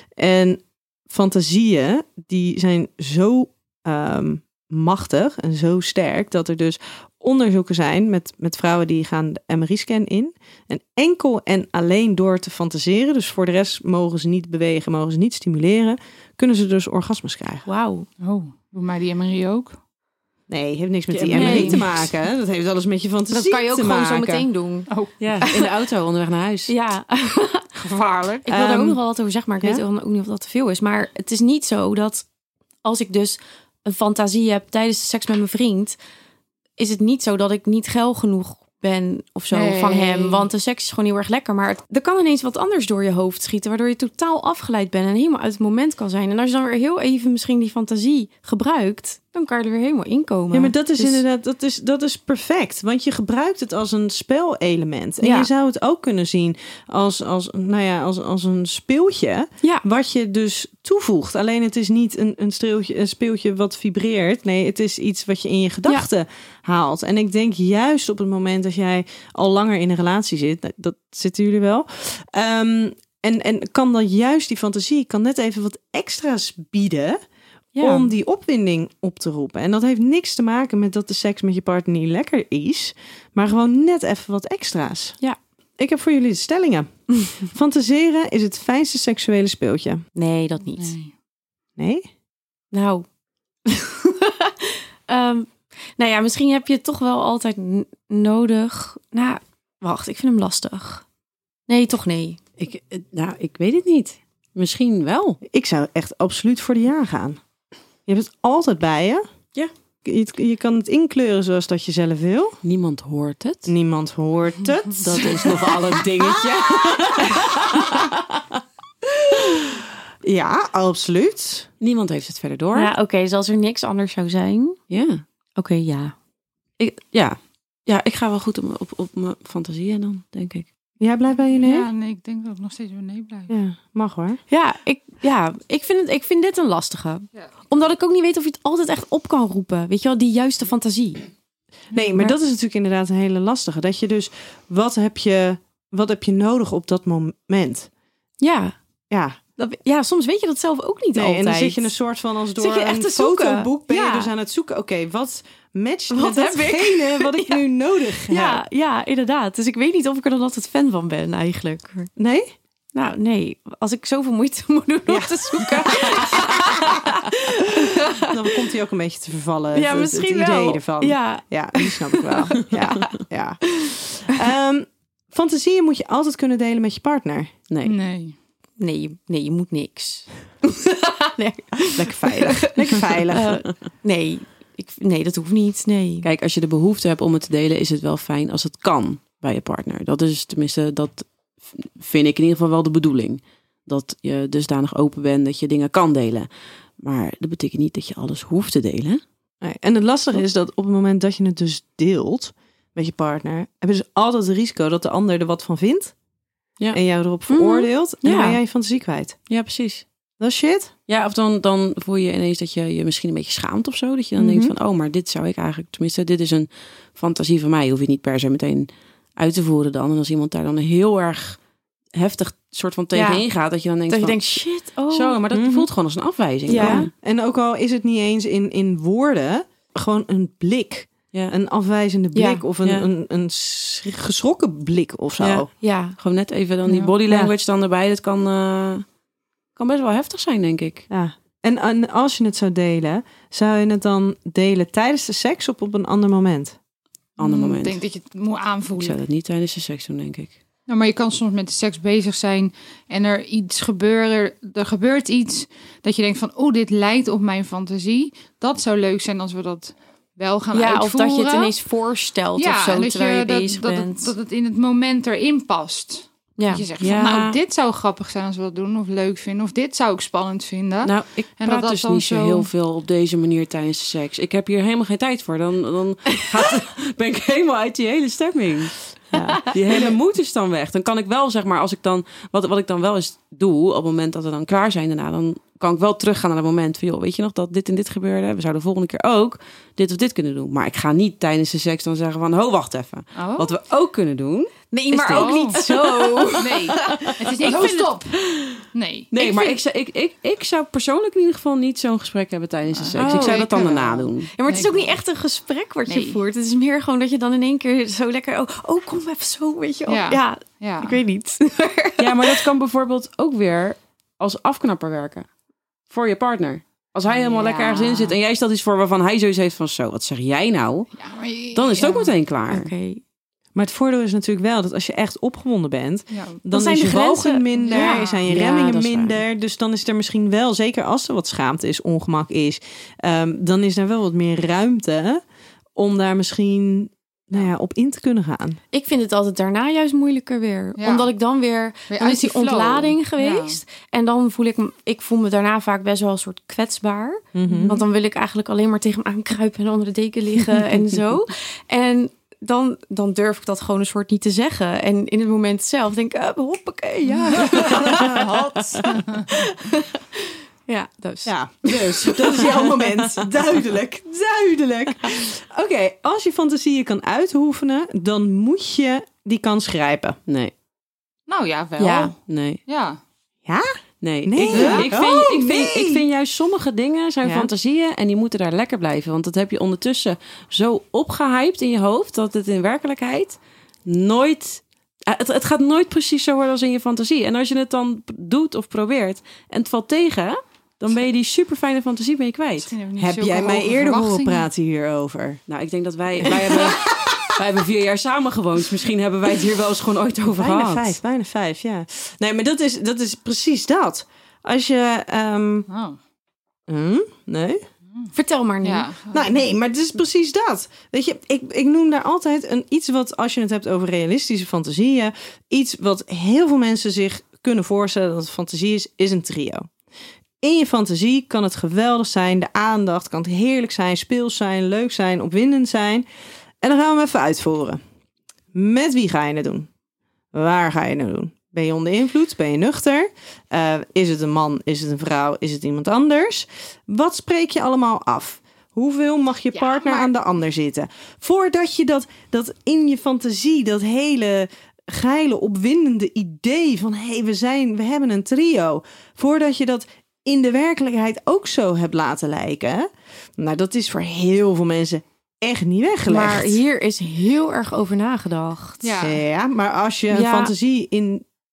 En fantasieën, die zijn zo um, machtig en zo sterk, dat er dus onderzoeken zijn met, met vrouwen die gaan de M R I-scan in. En enkel en alleen door te fantaseren, dus voor de rest mogen ze niet bewegen, mogen ze niet stimuleren, kunnen ze dus orgasmes krijgen. Wauw. Oh, doe mij die M R I ook. Nee, heeft niks met Ja, die M R I nee. te maken. Dat heeft alles met je fantasie Dat kan je ook te gewoon zo maken. meteen doen. Ja, in de auto onderweg naar huis. Ja. Gevaarlijk. Ik wil daar Ehm, ook nog wel wat over zeggen, maar ik ja? weet ook niet of dat te veel is. Maar het is niet zo dat als ik dus een fantasie heb tijdens de seks met mijn vriend, is het niet zo dat ik niet geil genoeg ben of zo Nee. van hem. Want de seks is gewoon heel erg lekker. Maar het- er kan ineens wat anders door je hoofd schieten, waardoor je totaal afgeleid bent en helemaal uit het moment kan zijn. En als je dan weer heel even misschien die fantasie gebruikt, dan kan je er weer helemaal in komen. Ja, maar dat is Dus- inderdaad, dat is, dat is perfect. Want je gebruikt het als een spelelement. En Ja. je zou het ook kunnen zien als, als, nou ja, als, als een speeltje. Ja. Wat je dus toevoegt. Alleen het is niet een, een, streeltje, een speeltje wat vibreert. Nee, het is iets wat je in je gedachten haalt. En ik denk juist op het moment dat jij al langer in een relatie zit. nou, Dat zitten jullie wel. Um, en, en kan dan juist die fantasie, kan net even wat extra's bieden. Ja. Om die opwinding op te roepen. En dat heeft niks te maken met dat de seks met je partner niet lekker is. Maar gewoon net even wat extra's. Ja. Ik heb voor jullie de stellingen. Fantaseren is het fijnste seksuele speeltje. Nee, dat niet. Nee. Nee? Nou. um, nou ja, misschien heb je het toch wel altijd n- nodig. Nou, wacht, ik vind hem lastig. Nee, toch nee. Ik, eh, nou, ik weet het niet. Misschien wel. Ik zou echt absoluut voor de ja gaan. Je hebt het altijd bij je. Ja. Je, je kan het inkleuren zoals dat je zelf wil. Niemand hoort het. Niemand hoort het. Dat is nogal een dingetje. Ja, absoluut. Niemand heeft het verder door. Ja, oké, okay, dus als er niks anders zou zijn. Oké, Ja. okay, ja. Ik, ja. Ja, ik ga wel goed op, op, op mijn fantasieën dan, denk ik. Jij blijft bij je nee? Ja, nee, ik denk dat ik nog steeds bij nee blijf. Ja, mag hoor. Ja, ik, ja ik, vind het, ik vind dit een lastige. Ja. Omdat ik ook niet weet of je het altijd echt op kan roepen. Weet je wel, die juiste fantasie. Nee, maar Maar- dat is natuurlijk inderdaad een hele lastige. Dat je dus, wat heb je, wat heb je nodig op dat moment? Ja, Ja, dat, ja, soms weet je dat zelf ook niet nee, altijd. en dan zit je een soort van als door Zit je echt een te zoeken. fotoboek ben je Ja. dus aan het zoeken. Oké, wat matcht Wat met heb ik? datgene wat ik Ja. nu nodig heb? Ja, ja, inderdaad. Dus ik weet niet of ik er dan altijd fan van ben eigenlijk. Nee? Nou, nee. Als ik zoveel moeite moet doen om Ja. te zoeken. Dan komt hij ook een beetje te vervallen. Ja, het, misschien het idee wel. ervan. Ja. Ja, die snap ik wel. Ja, ja. Um, fantasieën moet je altijd kunnen delen met je partner. Nee. Nee. Nee, je- nee, je moet niks. nee. Lekker veilig. Lekker veilig. Uh, nee, ik, nee, dat hoeft niet. Nee. Kijk, als je de behoefte hebt om het te delen, is het wel fijn als het kan bij je partner. Dat is tenminste, dat vind ik in ieder geval wel de bedoeling. Dat je dusdanig open bent dat je dingen kan delen. Maar dat betekent niet dat je alles hoeft te delen. Nee, en het lastige is dat op het moment dat je het dus deelt met je partner, hebben ze altijd het risico dat de ander er wat van vindt. Ja. En jou erop veroordeelt. En Ja. dan ben jij je fantasie kwijt. Ja, precies. Dat is shit. Ja, of dan, dan voel je ineens dat je je misschien een beetje schaamt of zo. Dat je dan Mhm. denkt van, oh, maar dit zou ik eigenlijk... Tenminste, dit is een fantasie van mij. Je hoeft het niet per se meteen uit te voeren dan. En als iemand daar dan heel erg heftig soort van tegenin Ja. gaat, dat je dan denkt Dat je van... denkt, shit, oh. Zo, maar dat Mhm. voelt gewoon als een afwijzing. Ja. Ja. En ook al is het niet eens in, in woorden, gewoon een blik. Ja. Een afwijzende blik Ja. of een, Ja. een, een sch- geschrokken blik of zo. Ja. Ja, Gewoon net even dan die Ja. body language dan erbij. Dat kan, uh, kan best wel heftig zijn, denk ik. Ja. En, en als je het zou delen, zou je het dan delen tijdens de seks of op een ander moment? Ander Mm, moment. Ik denk dat je het moet Ik aanvoelen. zou dat niet tijdens de seks doen, denk ik. Nou, maar je kan soms met de seks bezig zijn en er iets gebeuren, er gebeurt iets dat je denkt van, oh, dit lijkt op mijn fantasie. Dat zou leuk zijn als we dat wel gaan ja of uitvoeren. dat je het ineens voorstelt ja, of zo, en dat terwijl je, dat, bezig dat, bent. Het, dat het in het moment erin past. ja. Dat je zegt Ja. van, nou, dit zou grappig zijn als we dat doen, of leuk vinden, of dit zou ik spannend vinden. Nou, ik En praat dat dat dus dan niet zo zo- heel veel op deze manier tijdens de seks. Ik heb hier helemaal geen tijd voor. Dan, dan gaat, ben ik helemaal uit die hele stemming. Ja. Die hele moed is dan weg. Dan kan ik wel, zeg maar, als ik dan... Wat, wat ik dan wel eens doe, op het moment dat we dan klaar zijn daarna... dan kan ik wel teruggaan naar het moment van... joh, weet je nog dat dit en dit gebeurde? We zouden de volgende keer ook dit of dit kunnen doen. Maar ik ga niet tijdens de seks dan zeggen van... ho, wacht even. Oh. Wat we ook kunnen doen... Nee, maar dit. ook niet zo. Nee, het is niet, Ik oh, vind het- stop. Nee. Nee, Ik maar vind- ik, zou, ik, ik, ik zou persoonlijk in ieder geval niet zo'n gesprek hebben tijdens de seks. Oh, ik zou dat dan ik wel. daarna doen. Ja, maar het is ook niet echt een gesprek wat je Nee. voert. Het is meer gewoon dat je dan in één keer zo lekker... Oh, oh kom even zo, weet je wel. Ja. Ja, Ja. ik weet niet. Ja, maar dat kan bijvoorbeeld ook weer als afknapper werken. Voor je partner. Als hij helemaal Ja. lekker ergens in zit en jij stelt iets voor waarvan hij zoiets heeft van zo, wat zeg jij nou? Ja, maar je- Dan is het ja. ook meteen klaar. Oké. Maar het voordeel is natuurlijk wel dat als je echt opgewonden bent, Ja. dan zijn is de je grenzen- walging minder, Ja. zijn je Ja, remmingen dat is waar. minder. Dus dan is er misschien wel, zeker als er wat schaamte is, ongemak is, um, dan is er wel wat meer ruimte om daar misschien nou ja, op in te kunnen gaan. Ik vind het altijd daarna juist moeilijker weer. Ja. Omdat ik dan weer... Weer Dan uit is die die flow. ontlading geweest. En dan voel ik me... Ik voel me daarna vaak best wel een soort kwetsbaar. Mhm. Want dan wil ik eigenlijk alleen maar tegen hem aankruipen... en onder de deken liggen en zo. En dan, dan durf ik dat gewoon een soort niet te zeggen. En in het moment zelf denk ik... Uh, hoppakee, ja. Hot. Ja, dus. Ja, dus dat is jouw moment. Duidelijk, duidelijk. Oké, als je fantasieën kan uitoefenen, dan moet je die kans grijpen. Nee, Nou ja, wel. Ja. Ja. nee, Ja. nee. Nee? Ik, vind, ik, vind, Oh, ik, vind, nee. ik vind juist sommige dingen zijn Ja. fantasieën en die moeten daar lekker blijven. Want dat heb je ondertussen zo opgehyped in je hoofd dat het in werkelijkheid nooit... eh, Het, het gaat nooit precies zo worden als in je fantasie. En als je het dan doet of probeert en het valt tegen... dan ben je die super fijne fantasie ben je kwijt. Misschien hebben we niet Heb zulke jij mij hoge eerder horen verwachtingen. praten hierover? Nou, ik denk dat wij... wij hebben, wij hebben vier jaar samen gewoond. Dus misschien hebben wij het hier wel eens gewoon ooit over Bijna gehad. vijf, bijna vijf, ja. Nee, maar dat is, dat is precies dat. Als je... ehm, Oh. hm? Nee? Vertel maar nu. Ja. Nou, nee, maar het is precies dat. Weet je, ik, ik noem daar altijd een iets wat, als je het hebt over realistische fantasieën, iets wat heel veel mensen zich kunnen voorstellen dat het fantasie is, is een trio. In je fantasie kan het geweldig zijn, de aandacht kan het heerlijk zijn, speels zijn, leuk zijn, opwindend zijn. En dan gaan we hem even uitvoeren. Met wie ga je het doen? Waar ga je het doen? Ben je onder invloed? Ben je nuchter? Uh, is het een man? Is het een vrouw? Is het iemand anders? Wat spreek je allemaal af? Hoeveel mag je Ja, partner maar- aan de ander zitten? Voordat je dat, dat in je fantasie, dat hele geile, opwindende idee van hé, hey, we zijn, we hebben een trio. Voordat je dat in de werkelijkheid ook zo hebt laten lijken. Nou, dat is voor heel veel mensen echt niet weggelegd. Maar hier is heel erg over nagedacht. Ja. Ja, maar als je een Ja. fantasie in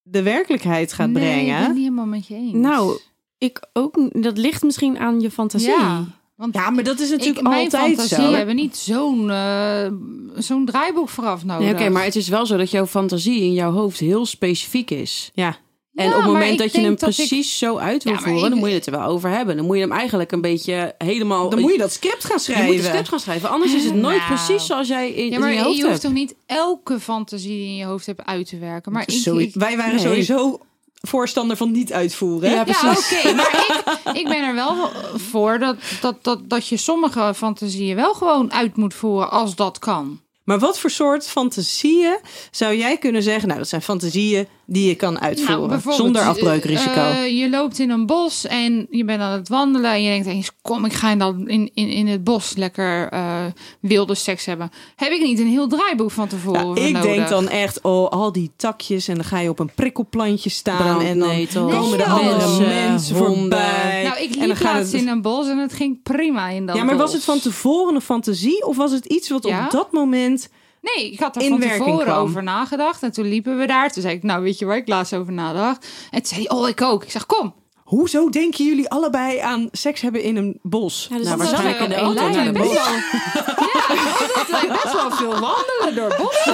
de werkelijkheid gaat nee, brengen. ik ben het niet helemaal met je eens. Nou, ik ook. Dat ligt misschien aan je fantasie. ja. Want Ja, maar dat is natuurlijk ik, mijn altijd fantasie zo. hebben niet zo'n, uh, zo'n draaiboek vooraf nodig. Nee, Oké, maar het is wel zo dat jouw fantasie in jouw hoofd heel specifiek is. Ja. En Ja, op het maar moment ik dat je hem denk dat precies zo uit wil Ja, maar voeren, ik- dan moet je het er wel over hebben. Dan moet je hem eigenlijk een beetje helemaal... Dan moet je dat script gaan je schrijven. moet een script gaan schrijven. Anders is het nooit Nou. precies zoals jij in, Ja, maar in je je, hoofd hoeft hebt. toch niet elke fantasie die je in je hoofd hebt uit te werken. Maar ik, Sorry, ik, wij waren Nee. sowieso voorstander van niet uitvoeren. hè? Ja, ja, oké, maar ik, ik ben er wel voor dat, dat, dat, dat je sommige fantasieën wel gewoon uit moet voeren als dat kan. Maar wat voor soort fantasieën zou jij kunnen zeggen? Nou, dat zijn fantasieën die je kan uitvoeren. Nou, bijvoorbeeld, zonder afbreukrisico. eh, je loopt in een bos en je bent aan het wandelen en je denkt eens, kom, ik ga dan in, in, in het bos lekker eh, wilde seks hebben. Heb ik niet een heel draaiboek van tevoren Ja, voor ik nodig? denk dan echt, oh, al die takjes en dan ga je op een prikkelplantje staan en dan Brandnetel, komen de Nee, andere mensen, mensen honden. voorbij. Nou, ik en dan liep gaat laatst het... in een bos en het ging prima in dat Ja, maar bos. was het van tevoren een fantasie of was het iets wat Ja. op dat moment... Nee, ik had er in van werking tevoren kwam? over nagedacht. En toen liepen we daar. Toen zei ik, nou, weet je waar ik laatst over nadacht? En toen zei hij, oh, ik ook. Ik zeg, kom. Hoezo denken jullie allebei aan seks hebben in een bos? Ja, dus nou, dat is waarschijnlijk in de wel auto een naar de lijn. bos. Ja, dat lijkt best wel veel wandelen door bossen.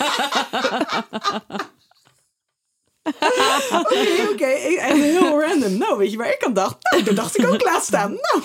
Oké, oké. ik- Echt heel random. Nou, weet je waar ik aan dacht? Nou, daar dacht ik ook laatst aan. Nou,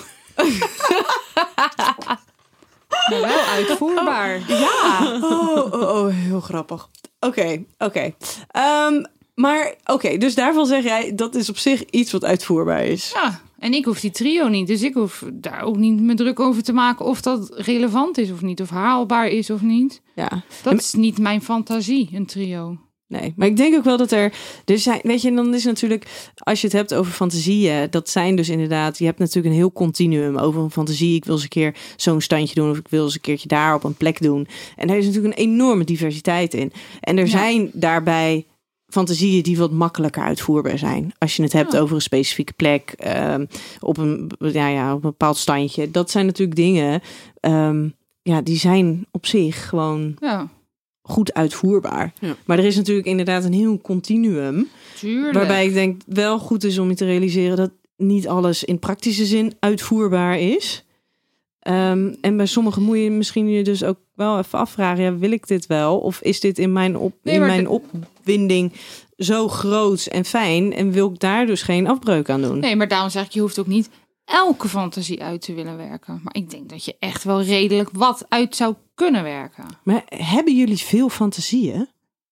Maar wel uitvoerbaar. oh, oh, oh, heel grappig. Oké, oké. Ehm, maar oké, dus daarvan zeg jij, dat is op zich iets wat uitvoerbaar is. Ja, en ik hoef die trio niet. Dus ik hoef daar ook niet me druk over te maken of dat relevant is of niet. Of haalbaar is of niet. Ja, Dat is niet mijn fantasie, een trio. nee. Maar ik denk ook wel dat er... er zijn, weet je, en dan is natuurlijk... Als je het hebt over fantasieën... Dat zijn dus inderdaad... Je hebt natuurlijk een heel continuum over een fantasie. Ik wil eens een keer zo'n standje doen. Of ik wil eens een keertje daar op een plek doen. En daar is natuurlijk een enorme diversiteit in. En er Ja. zijn daarbij fantasieën die wat makkelijker uitvoerbaar zijn. Als je het hebt Ja. over een specifieke plek. Um, op, een, ja, ja, op een bepaald standje. Dat zijn natuurlijk dingen... Um, ja, die zijn op zich gewoon... Ja, goed uitvoerbaar. Ja. Maar er is natuurlijk inderdaad een heel continuum. tuurlijk. Waarbij ik denk wel goed is om je te realiseren dat niet alles in praktische zin uitvoerbaar is. Um, en bij sommigen moet je misschien je dus ook wel even afvragen, ja, wil ik dit wel? Of is dit in mijn, op, Nee, in maar mijn de- opwinding zo groot en fijn en wil ik daar dus geen afbreuk aan doen? Nee, maar daarom zeg ik, je hoeft ook niet elke fantasie uit te willen werken. Maar ik denk dat je echt wel redelijk wat uit zou kunnen werken. Maar hebben jullie veel fantasieën?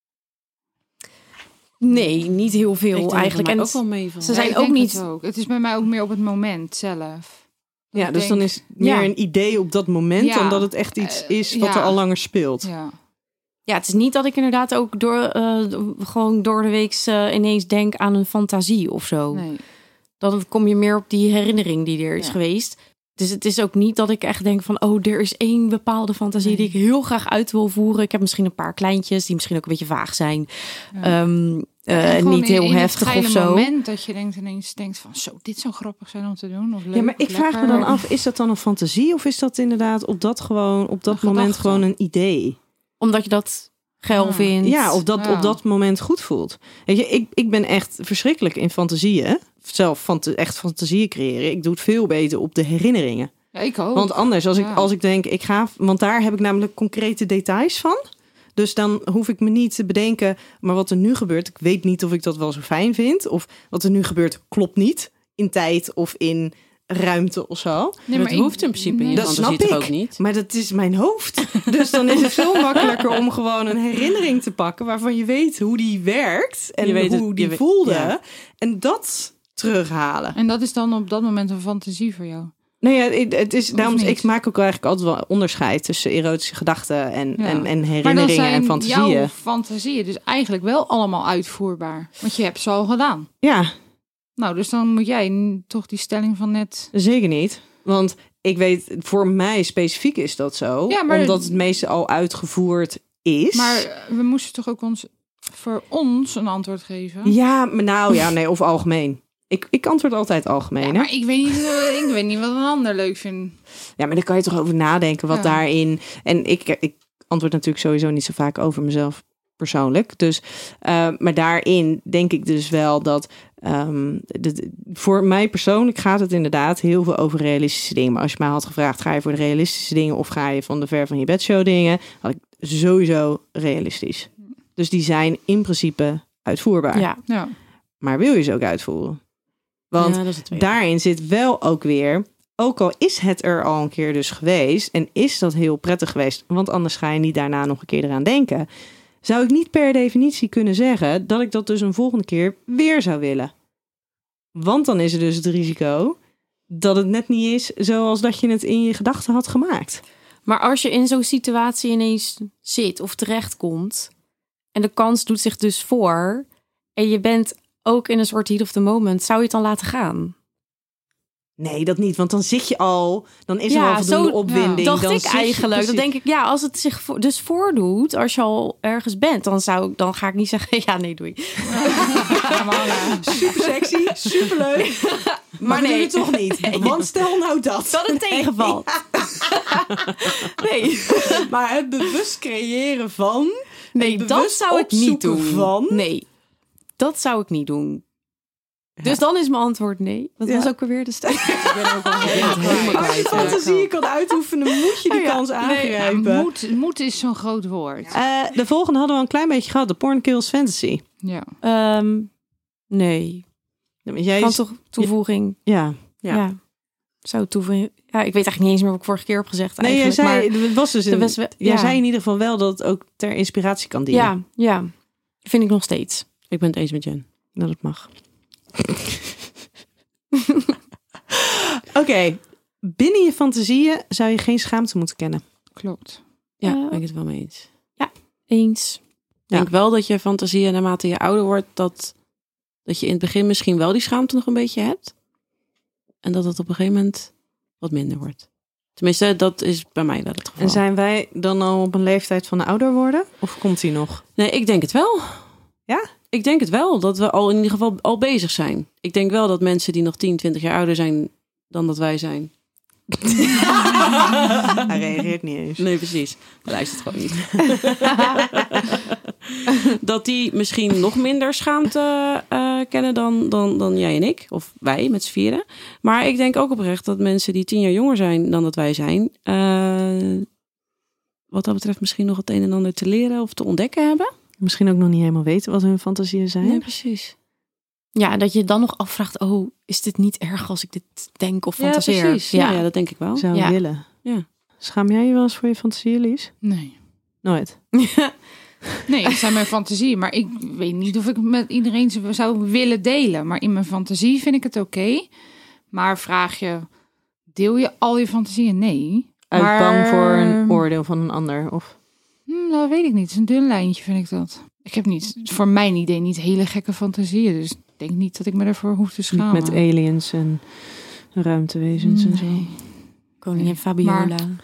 Nee, niet heel Ik veel denk eigenlijk. er En ook wel mee van. ze zijn Ja, ik ook denk niet... Het, ook. Het is bij mij ook meer op het moment zelf. Dat Ja, ik dus denk, dan is het meer ja. een idee op dat moment Ja. dan dat het echt iets Eh, is wat ja. er al langer speelt. Ja. Ja, het is niet dat ik inderdaad ook door, eh, gewoon door de week eh, ineens denk aan een fantasie of zo. Nee. Dan kom je meer op die herinnering die er is Ja. geweest. Dus het is ook niet dat ik echt denk van... oh, er is één bepaalde fantasie die ik heel graag uit wil voeren. Ik heb misschien een paar kleintjes die misschien ook een beetje vaag zijn. Ja. Ehm, En eh, gewoon niet heel in, in heftig het of geile zo. moment dat je denkt, ineens denkt van... zo, dit zou grappig zijn om te doen. Of leuk, Ja, maar of ik vraag me lekker. dan af, is dat dan een fantasie of is dat inderdaad op dat gewoon op dat Een moment gedachte. gewoon een idee? Omdat je dat geil Ja. vindt. Ja, of dat Ja. op dat moment goed voelt. Weet je, ik, ik ben echt verschrikkelijk in fantasieën. Zelf fanta- echt fantasieën creëren. Ik doe het veel beter op de herinneringen. Ja, ik ook. Want anders, als ik, Ja. als ik denk, ik ga... Want daar heb ik namelijk concrete details van. Dus dan hoef ik me niet te bedenken... maar wat er nu gebeurt, ik weet niet of ik dat wel zo fijn vind. Of wat er nu gebeurt, klopt niet. In tijd of in ruimte of zo. Nee, dat ik- hoeft in principe in je Dat fantasie snap toch ik. ook niet? Maar dat is mijn hoofd. Dus dan is het veel makkelijker om gewoon een herinnering te pakken... waarvan je weet hoe die werkt en Je weet hoe het- die je weet- voelde. ja. En dat terughalen. En dat is dan op dat moment een fantasie voor jou? Nou ja, het het is, daarom, niet? ik maak ook eigenlijk altijd wel onderscheid... tussen erotische gedachten en, Ja. en, en Maar dan herinneringen zijn en fantasieën. jouw fantasieën dus eigenlijk wel allemaal uitvoerbaar. Want je hebt ze al gedaan. Ja, Nou, dus dan moet jij n- toch die stelling van net... zeker niet. Want ik weet, voor mij specifiek is dat zo. Ja, maar- Omdat het meeste al uitgevoerd is. Maar eh, we moesten toch ook ons, voor ons een antwoord geven? Ja, maar nou ja, nee, of algemeen. Ik, ik antwoord altijd algemeen, Ja, hè? maar ik weet, niet, eh, ik weet niet wat een ander leuk vindt. Ja, maar daar kan je toch over nadenken wat Ja. daarin... En ik, ik antwoord natuurlijk sowieso niet zo vaak over mezelf. persoonlijk. Dus, uh, maar daarin denk ik dus wel dat um, de, voor mij persoonlijk gaat het inderdaad heel veel over realistische dingen. Maar als je mij had gevraagd, ga je voor de realistische dingen of ga je van de ver van je bedshow dingen, had ik sowieso realistisch. Dus die zijn in principe uitvoerbaar. Ja. Ja. Maar wil je ze ook uitvoeren? Want Ja, dat is het tweede. daarin zit wel ook weer, ook al is het er al een keer dus geweest en is dat heel prettig geweest, want anders ga je niet daarna nog een keer eraan denken, zou ik niet per definitie kunnen zeggen dat ik dat dus een volgende keer weer zou willen. Want dan is er dus het risico dat het net niet is zoals dat je het in je gedachten had gemaakt. Maar als je in zo'n situatie ineens zit of terechtkomt en de kans doet zich dus voor en je bent ook in een soort heat of the moment, zou je het dan laten gaan? Nee, dat niet, want dan zit je al, dan is er Ja, al voldoende zo opwinding. dacht dan ik zit je eigenlijk. Dan precies- denk ik, ja, als het zich vo- dus voordoet, als je al ergens bent, dan zou ik, dan ga ik niet zeggen, ja, nee, doei. Super sexy, super leuk. Maar, maar nee, nee. het toch niet. Want stel nou dat. Dat het tegenvalt. Nee, Maar het bewust creëren van. nee, het dat bewust zou ik niet opzoeken doen. Van. Nee, dat zou ik niet doen. Dus dan is mijn antwoord nee. Dat Ja. was ook weer de stem. Ik ben ook al helemaal Als je kwijt. fantasie kan uitoefenen, moet je die Oh ja, kans nee, aangrijpen. Moed, moed is zo'n groot woord. Eh, de volgende hadden we al een klein beetje gehad. De Porn Kills Fantasy. Ja. Ehm, nee. Ja, maar Jij Kan is- toch toevoeging? Ja. Ja. Ja. Zou toevoeging? Ja, ik weet eigenlijk niet eens meer wat ik vorige keer heb gezegd. Nee, jij eigenlijk, zei, maar het was dus de een, best wel- jij ja. zei in ieder geval wel dat het ook ter inspiratie kan dienen. ja, ja, vind ik nog steeds. Ik ben het eens met Jen. Dat het mag. Oké, okay. Binnen je fantasieën zou je geen schaamte moeten kennen. Klopt. Ja, Eh, ben ik het wel mee eens. Eens. Ik denk wel dat je fantasieën naarmate je ouder wordt, dat, dat je in het begin misschien wel die schaamte nog een beetje hebt. En dat het op een gegeven moment wat minder wordt. Tenminste, dat is bij mij wel het geval. En zijn wij dan al op een leeftijd van ouder worden? Of komt die nog? Nee, ik denk het wel. Ja? Ik denk het wel, dat we al in ieder geval al bezig zijn. Ik denk wel dat mensen die nog tien, twintig jaar ouder zijn dan dat wij zijn. Hij reageert niet eens. Nee, precies. Hij luistert gewoon niet. Dat die misschien nog minder schaamte uh, kennen dan, dan, dan jij en ik. Of wij met z'n vieren. Maar ik denk ook oprecht dat mensen die tien jaar jonger zijn dan dat wij zijn, Uh, wat dat betreft misschien nog het een en ander te leren of te ontdekken hebben. Misschien ook nog niet helemaal weten wat hun fantasieën zijn. Nee, precies. Ja, dat je dan nog afvraagt, oh, is dit niet erg als ik dit denk of Ja, fantaseer? precies. Ja, ja, dat denk ik wel. Zou Ja. willen. Ja. Schaam jij je wel eens voor je fantasieën, Lies? Nee. Nooit. Nee, het zijn mijn fantasieën. Maar ik weet niet of ik met iedereen ze zou willen delen. Maar in mijn fantasie vind ik het oké. Maar vraag je, deel je al je fantasieën? Nee. Uit maar, bang voor een oordeel van een ander? Of... Hm, dat weet ik niet. Het is een dun lijntje, vind ik dat. Ik heb niet, voor mijn idee, niet hele gekke fantasieën. Dus ik denk niet dat ik me ervoor hoef te schamen. Met aliens en ruimtewezens en zo. Koningin Fabiola.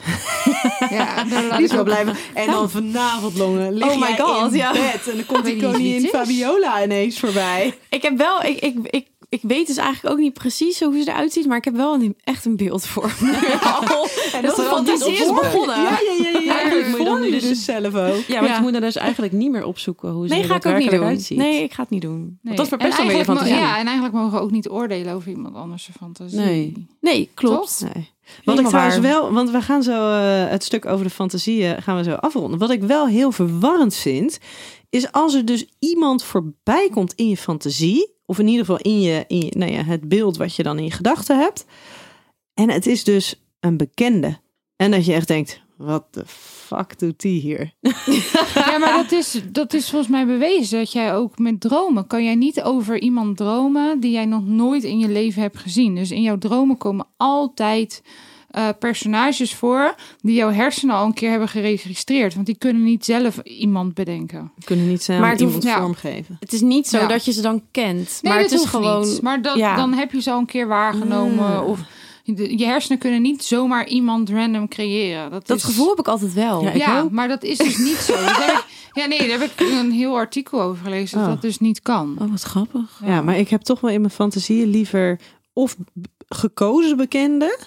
Ja, daar laat Die is ik wel ook- blijven. En dan vanavond, longen, lig Oh my jij God, in ja. bed. En dan komt Weet die niet wie koningin het is. Fabiola ineens voorbij. Ik heb wel, ik, ik, ik, ik weet dus eigenlijk ook niet precies hoe ze eruit ziet, maar ik heb wel een, echt een beeld voor me. En Dus de is al fantasie niet is opzoeken. begonnen. Ja, ja, ja. ja. Eigenlijk moet je dan Voor nu dus- dus zelf ook. Ja, maar Ja. je moet er dus eigenlijk niet meer opzoeken hoe ze Nee, er ga ik ook niet daadwerkelijk doen. uitziet. Nee, ik ga het niet doen. Nee. dat verpest En dan weer je eigenlijk mo- fantasie. Ja, en eigenlijk mogen we ook niet oordelen over iemand anders zijn fantasie. Nee. Nee, klopt. Nee. Wat ik Helemaal trouwens waar. wel, want we gaan zo uh, het stuk over de fantasieën gaan we zo afronden. Wat ik wel heel verwarrend vind, is als er dus iemand voorbij komt in je fantasie, of in ieder geval in je, in je nou ja, het beeld wat je dan in je gedachten hebt, en het is dus een bekende. En dat je echt denkt, wat de fuck doet die hier? Ja, maar dat is, dat is volgens mij bewezen dat jij ook met dromen kan jij niet over iemand dromen die jij nog nooit in je leven hebt gezien. Dus in jouw dromen komen altijd uh, personages voor die jouw hersenen al een keer hebben geregistreerd. Want die kunnen niet zelf iemand bedenken. We kunnen niet samen Maar het iemand hoeft- ja. vormgeven. Het is niet zo Ja. dat je ze dan kent. Nee, maar dat het is hoeft gewoon. niet. Maar dat, ja. dan heb je ze al een keer waargenomen. Ah. Of de- je hersenen kunnen niet zomaar iemand random creëren. Dat, Dat is, gevoel heb ik altijd wel. Ja, ik Ja, ook. maar dat is dus niet zo. Dat heb ik, ja, nee, daar heb ik een heel artikel over gelezen. Dat Oh. dat dus niet kan. Oh, wat grappig. Ja, maar ik heb toch wel in mijn fantasieën liever of b- gekozen bekenden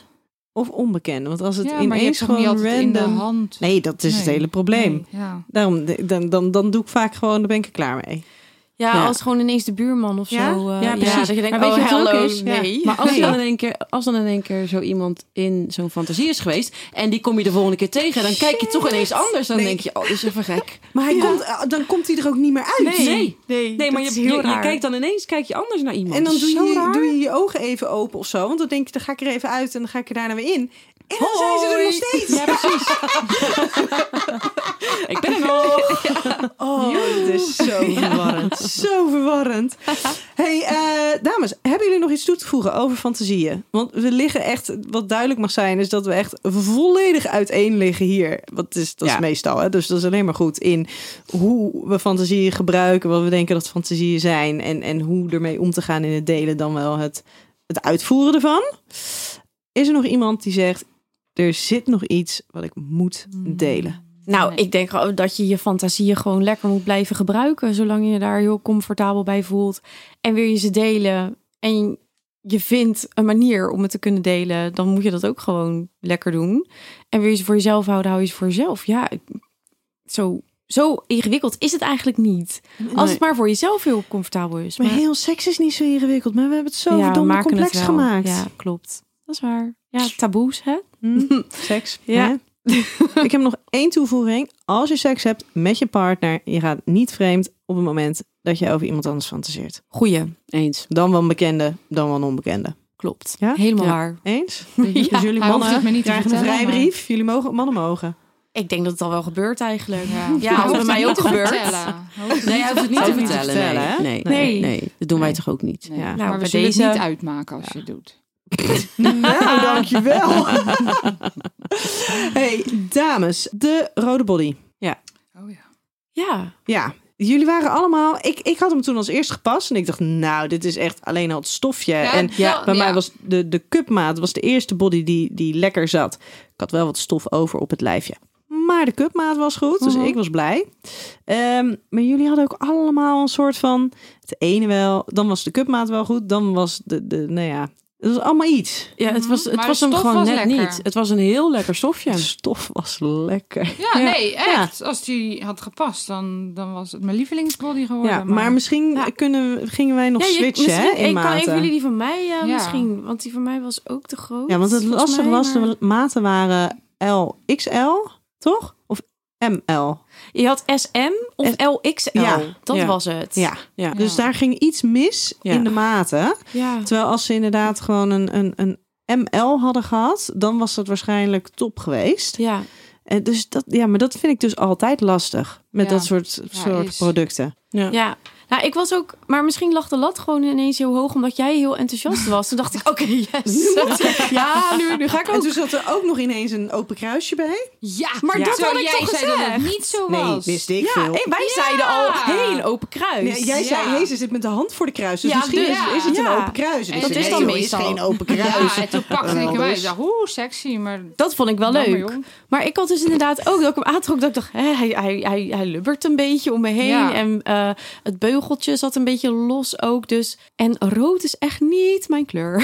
of onbekende? Want als het Ja, maar je hebt ineens toch niet gewoon altijd in de random... hand. Nee, dat is het Nee. hele probleem. Nee, ja. Daarom, dan, dan, dan doe ik vaak gewoon, dan ben ik er klaar mee. Ja, Ja. als gewoon ineens de buurman of Ja? zo. eh, Ja, precies. Dat je denkt, Maar weet oh, je wat het hallo, ook is? nee. Maar als, Nee. dan in één keer, als dan in één keer zo iemand in zo'n fantasie is geweest... en die kom je de volgende keer tegen... dan kijk je toch ineens anders. Dan Nee. denk je, oh, dat is even gek. Maar hij komt, uh, dan komt hij er ook niet meer uit. Nee, nee, nee, nee maar dat je, is heel je, je raar. kijkt dan ineens kijk je anders naar iemand. En dan Dat is doe zo je, raar. doe je je ogen even open of zo. Want dan denk je, dan ga ik er even uit en dan ga ik er daarna weer in. En dan zijn ze er nog steeds. Ja, precies. Ik ben er nog. Oh, het is zo verwarrend. Zo verwarrend. Hey, uh, dames, hebben jullie nog iets toe te voegen over fantasieën? Want we liggen echt, wat duidelijk mag zijn, is dat we echt volledig uiteen liggen hier. Wat is, dat is Ja. meestal, hè? Dus dat is alleen maar goed in hoe we fantasieën gebruiken, wat we denken dat fantasieën zijn en, en hoe ermee om te gaan in het delen, dan wel het, het uitvoeren ervan. Is er nog iemand die zegt, er zit nog iets wat ik moet delen? Nou, Nee. ik denk gewoon dat je je fantasieën gewoon lekker moet blijven gebruiken. Zolang je je daar heel comfortabel bij voelt. En wil je ze delen en je vindt een manier om het te kunnen delen, dan moet je dat ook gewoon lekker doen. En wil je ze voor jezelf houden, hou je ze voor jezelf. Ja, zo, zo ingewikkeld is het eigenlijk niet. Als het maar voor jezelf heel comfortabel is. Maar heel seks is niet zo ingewikkeld, maar we hebben het zo ja, we verdomd maken het complex wel. gemaakt. Ja, klopt. Dat is waar. Ja, taboes, hè? Hm? Seks. Ja. Hè? Ik heb nog één toevoeging. Als je seks hebt met je partner, je gaat niet vreemd op het moment dat je over iemand anders fantaseert. Goeie. Eens. Dan wel een bekende, dan wel een onbekende. Klopt. Ja? Helemaal Ja. waar. Eens? Ja, Dus jullie hij hoeft mannen het me niet te krijgen een vertellen, vrijbrief. Jullie mogen, mannen mogen. Ik denk dat het al wel gebeurt eigenlijk. Ja, Ja, als het bij mij ook gebeurt. Nee, hij hoeft het niet te Hoeft niet te vertellen. vertellen, hè? nee, nee, nee, Nee. nee. Dat doen wij toch ook niet? Nee, Ja. maar Nou, we bij zullen deze- het niet uitmaken als je het doet. Nou, dankjewel. Hey, dames. De rode body. Oh ja. Ja. Ja, jullie waren allemaal... Ik, ik had hem toen als eerste gepast. En ik dacht, nou, dit is echt alleen al het stofje. en ja, bij ja. mij was de, de cupmaat was de eerste body die, die lekker zat. Ik had wel wat stof over op het lijfje. Maar de cupmaat was goed, dus Mhm. ik was blij. Ehm, maar jullie hadden ook allemaal een soort van... Het ene wel, dan was de cupmaat wel goed. Dan was de, de nou ja... Het was allemaal iets. Ja, het was, het Maar was de hem stof gewoon was net lekker. niet. Het was een heel lekker stofje. De stof was lekker. Ja, Ja. nee, echt. Als die had gepast, dan, dan was het mijn lievelingsbody geworden. Ja, maar misschien Ja. kunnen, we- gingen wij nog Ja, je- switchen hè, misschien, in ik kan maten. even jullie die van mij uh, Ja. misschien, want die van mij was ook te groot. Ja, want het volgens lastige mij, was, maar- de maten waren L X L, toch? Of M L? Je had S M of L X L. Ja. Dat Ja. was het. Ja. Ja. Dus daar ging iets mis Ja. in de maten. Ja. Terwijl als ze inderdaad gewoon een, een, een M L hadden gehad, dan was dat waarschijnlijk top geweest. Ja. En dus dat, ja, maar dat vind ik dus altijd lastig met Ja. dat soort, Ja, soort is. producten. Ja. Ja. Nou, ik was ook... Maar misschien lag de lat gewoon ineens heel hoog, omdat jij heel enthousiast was. Toen dacht ik, oké, yes. Ja, nu, nu ga ik En ook. toen zat er ook nog ineens een open kruisje bij. Ja, Maar dat zo, had ik jij toch zei dat gezegd? het niet zo Nee, was. wist ik Ja, veel. en wij Ja. zeiden al, hé, een open kruis. Nee, jij zei, Ja. Jezus zit met de hand voor de kruis. Dus Ja, misschien dus- is, is het ja. een open kruis. En En ik dat zei, is nee, dan joh, meestal. is geen open kruis. Ja, en toen pakte Wel, ik erbij. Ik dus- dacht, oeh, sexy, maar... Dat vond ik wel Dan maar, leuk. joh. Maar ik had dus inderdaad ook dat ik hem aantrok. Dat ik dacht, hè, hij, hij, hij, hij lubbert een beetje om me heen. Ja. En eh, het beugeltje zat een beetje los ook. Dus. En rood is echt niet mijn kleur.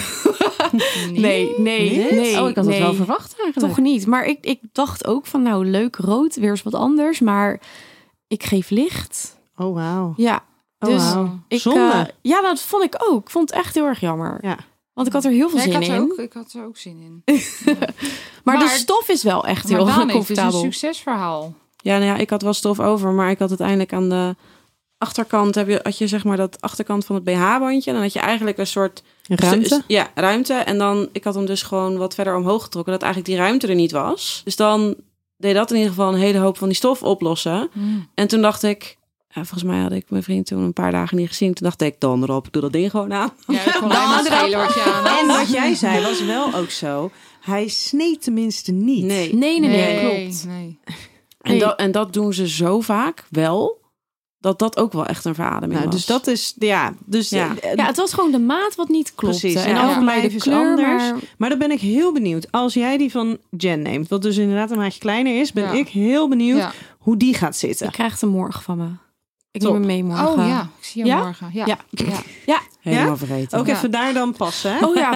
Nee, nee, Niet? nee. Oh, ik had nee, het wel verwacht eigenlijk. Toch niet. Maar ik, ik dacht ook van, nou leuk rood, weer eens wat anders. Maar ik geef licht. Oh, wauw. Ja, Oh, dus wauw. ik, Zonde. eh, ja, dat vond ik ook. Ik vond het echt heel erg jammer. Ja. Want ik had er heel veel Ja, ik, zin had er in. ook, ik had er ook zin in. Maar, de Maar- stof is wel echt Maar heel Daan, het is een comfortabel. succesverhaal. Ja, nou ja, ik had wel stof over, maar ik had uiteindelijk aan de achterkant heb je, had je zeg maar dat achterkant van het B H-bandje. Dan had je eigenlijk een soort Ruimte? Ja, ruimte. En dan, ik had hem dus gewoon wat verder omhoog getrokken, dat eigenlijk die ruimte er niet was. Dus dan deed dat in ieder geval een hele hoop van die stof oplossen. En toen dacht ik, ja, volgens mij had ik mijn vriend toen een paar dagen niet gezien. Toen dacht ik, dan erop, ik doe dat ding gewoon aan. Ja, ik kon alleen maar schelen wat je aan had. En wat jij zei was wel ook zo. Hij sneed tenminste niet. Nee. Nee, nee, nee, klopt. Nee. En, Nee. dat, en dat doen ze zo vaak wel, dat dat ook wel echt een verademing Nou, was. dus dat is, ja. Dus, Ja. eh, Ja, het was gewoon de maat wat niet klopte. Precies, En ja. over mij de Lijf is kleur, anders. maar... Maar dan ben ik heel benieuwd. Als jij die van Jen neemt, wat dus inderdaad een maatje kleiner is, ben Ja. ik heel benieuwd Ja. hoe die gaat zitten. Je krijgt hem morgen van me. Ik Top. neem hem mee morgen. Oh ja, ik zie je Ja? morgen. Ja. Ja. Ja. Ja. helemaal Ja? vergeten. Ook Ja. even daar dan passen. Hè? Oh ja. pff.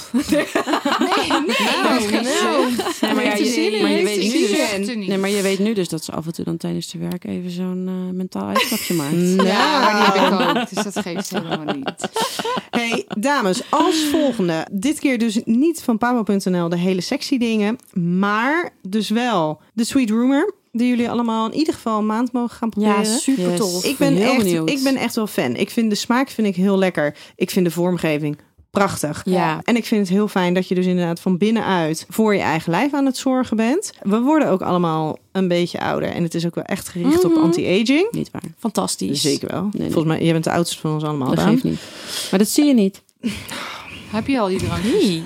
Nee, nee. Nou, nou. Nee, maar, ja, Heeft er zin je, in, maar, je heeft weet er nu zin dus, in. er niet. nee, maar je weet nu dus dat ze af en toe dan tijdens de werk even zo'n uh, mentaal uitstapje maakt. Ja, maar die heb ik ook. Dus dat geeft helemaal niet. Hey, dames, als volgende. Dit keer dus niet van Pabo punt n l de hele sexy dingen. Maar dus wel de Sweet Rumor. Die jullie allemaal in ieder geval een maand mogen gaan proberen. Ja, super Yes. tof. Ik ben, heel echt, benieuwd. ik ben echt wel fan. Ik vind de smaak vind ik heel lekker. Ik vind de vormgeving prachtig. Ja. En ik vind het heel fijn dat je dus inderdaad van binnenuit voor je eigen lijf aan het zorgen bent. We worden ook allemaal een beetje ouder. En het is ook wel echt gericht op Mhm. anti-aging. Niet waar. Fantastisch. Zeker wel. nee. Volgens mij, jij bent de oudste van ons allemaal. Dat Daan. geeft niet. Maar dat zie je niet. Heb je al die drankjes? Nee.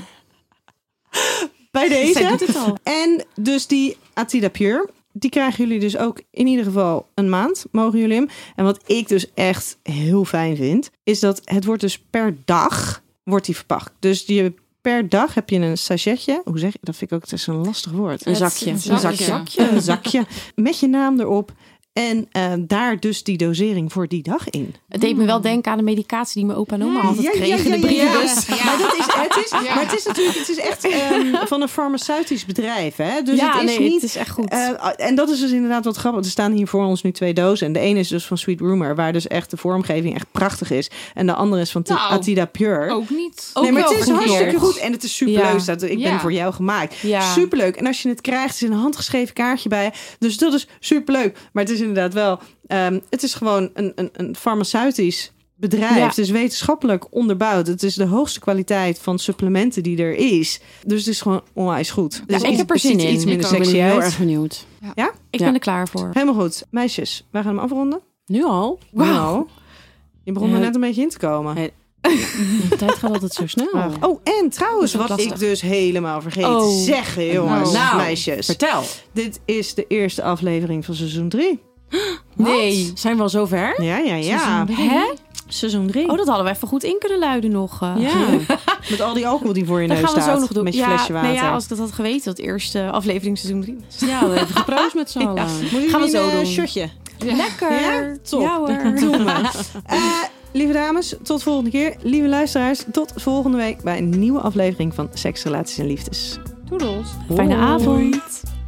Bij Zij deze. doet het al. En dus die Atida Pure. Die krijgen jullie dus ook in ieder geval een maand, mogen jullie hem. En wat ik dus echt heel fijn vind, is dat het wordt dus per dag wordt die verpakt. Dus je, per dag heb je een sachetje. Hoe zeg je? Dat vind ik ook, het is een lastig woord. Een Het- zakje. een Een zakje. zakje. Een zakje met je naam erop. En eh, daar dus die dosering voor die dag in. Het deed me wel denken aan de medicatie die mijn opa en oma altijd Ja, ja, kregen in de ja, ja, ja. brievenbus. Maar, dat is, het is, Ja. maar het is natuurlijk het is echt ehm, van een farmaceutisch bedrijf. Hè? Dus ja, het is nee, niet... het is echt goed. Eh, en dat is dus inderdaad wat grappig. Er staan hier voor ons nu twee dozen. En de ene is dus van Sweet Rumor, waar dus echt de vormgeving echt prachtig is. En de andere is van Nou, Atida Pure. Ook niet. Ook nee, maar wel het is verkeerd. hartstikke goed. En het is superleuk. Ja. Staat, ik Ja. ben voor jou gemaakt. Ja. Superleuk. En als je het krijgt, is een handgeschreven kaartje bij. Dus dat is superleuk. Maar het is inderdaad wel... ehm, het is gewoon een, een, een farmaceutisch bedrijf. Ja. Het is wetenschappelijk onderbouwd. Het is de hoogste kwaliteit van supplementen die er is. Dus het is gewoon onwijs goed. Ja, Dus ik het- heb er het ziet zin iets in. minder Ik ook. Ik ben sexy heel uit. erg benieuwd. Ik Ja. ben er klaar voor. Helemaal goed. Meisjes, wij gaan hem afronden. Nu al? Nou, je begon er Ja. net een beetje in te komen. Hey. De tijd gaat altijd zo snel. Ah, Oh, en trouwens, Dat is wat ook ik lastig. dus helemaal vergeten Oh. te zeggen, jongens, Nou, meisjes. Vertel. Dit is de eerste aflevering van seizoen drie. Nee. Zijn we al zover? Ja, ja, ja. Hè? Seizoen drie. Oh, dat hadden we even goed in kunnen luiden nog. uh. Ja, met al die alcohol die voor je Dat neus gaan we staat. zo nog doen. Met je ja, flesje water. nee, ja, als ik dat had geweten, dat eerste aflevering seizoen drie was. Ja, we hebben geproost met z'n allen. Moeten gaan we jullie zo een doen. shotje? Lekker. Ja? Top. Ja hoor. Doe maar. Eh, lieve dames, tot volgende keer. Lieve luisteraars, tot volgende week bij een nieuwe aflevering van Seks, Relaties en Liefdes. Toedels. Fijne avond.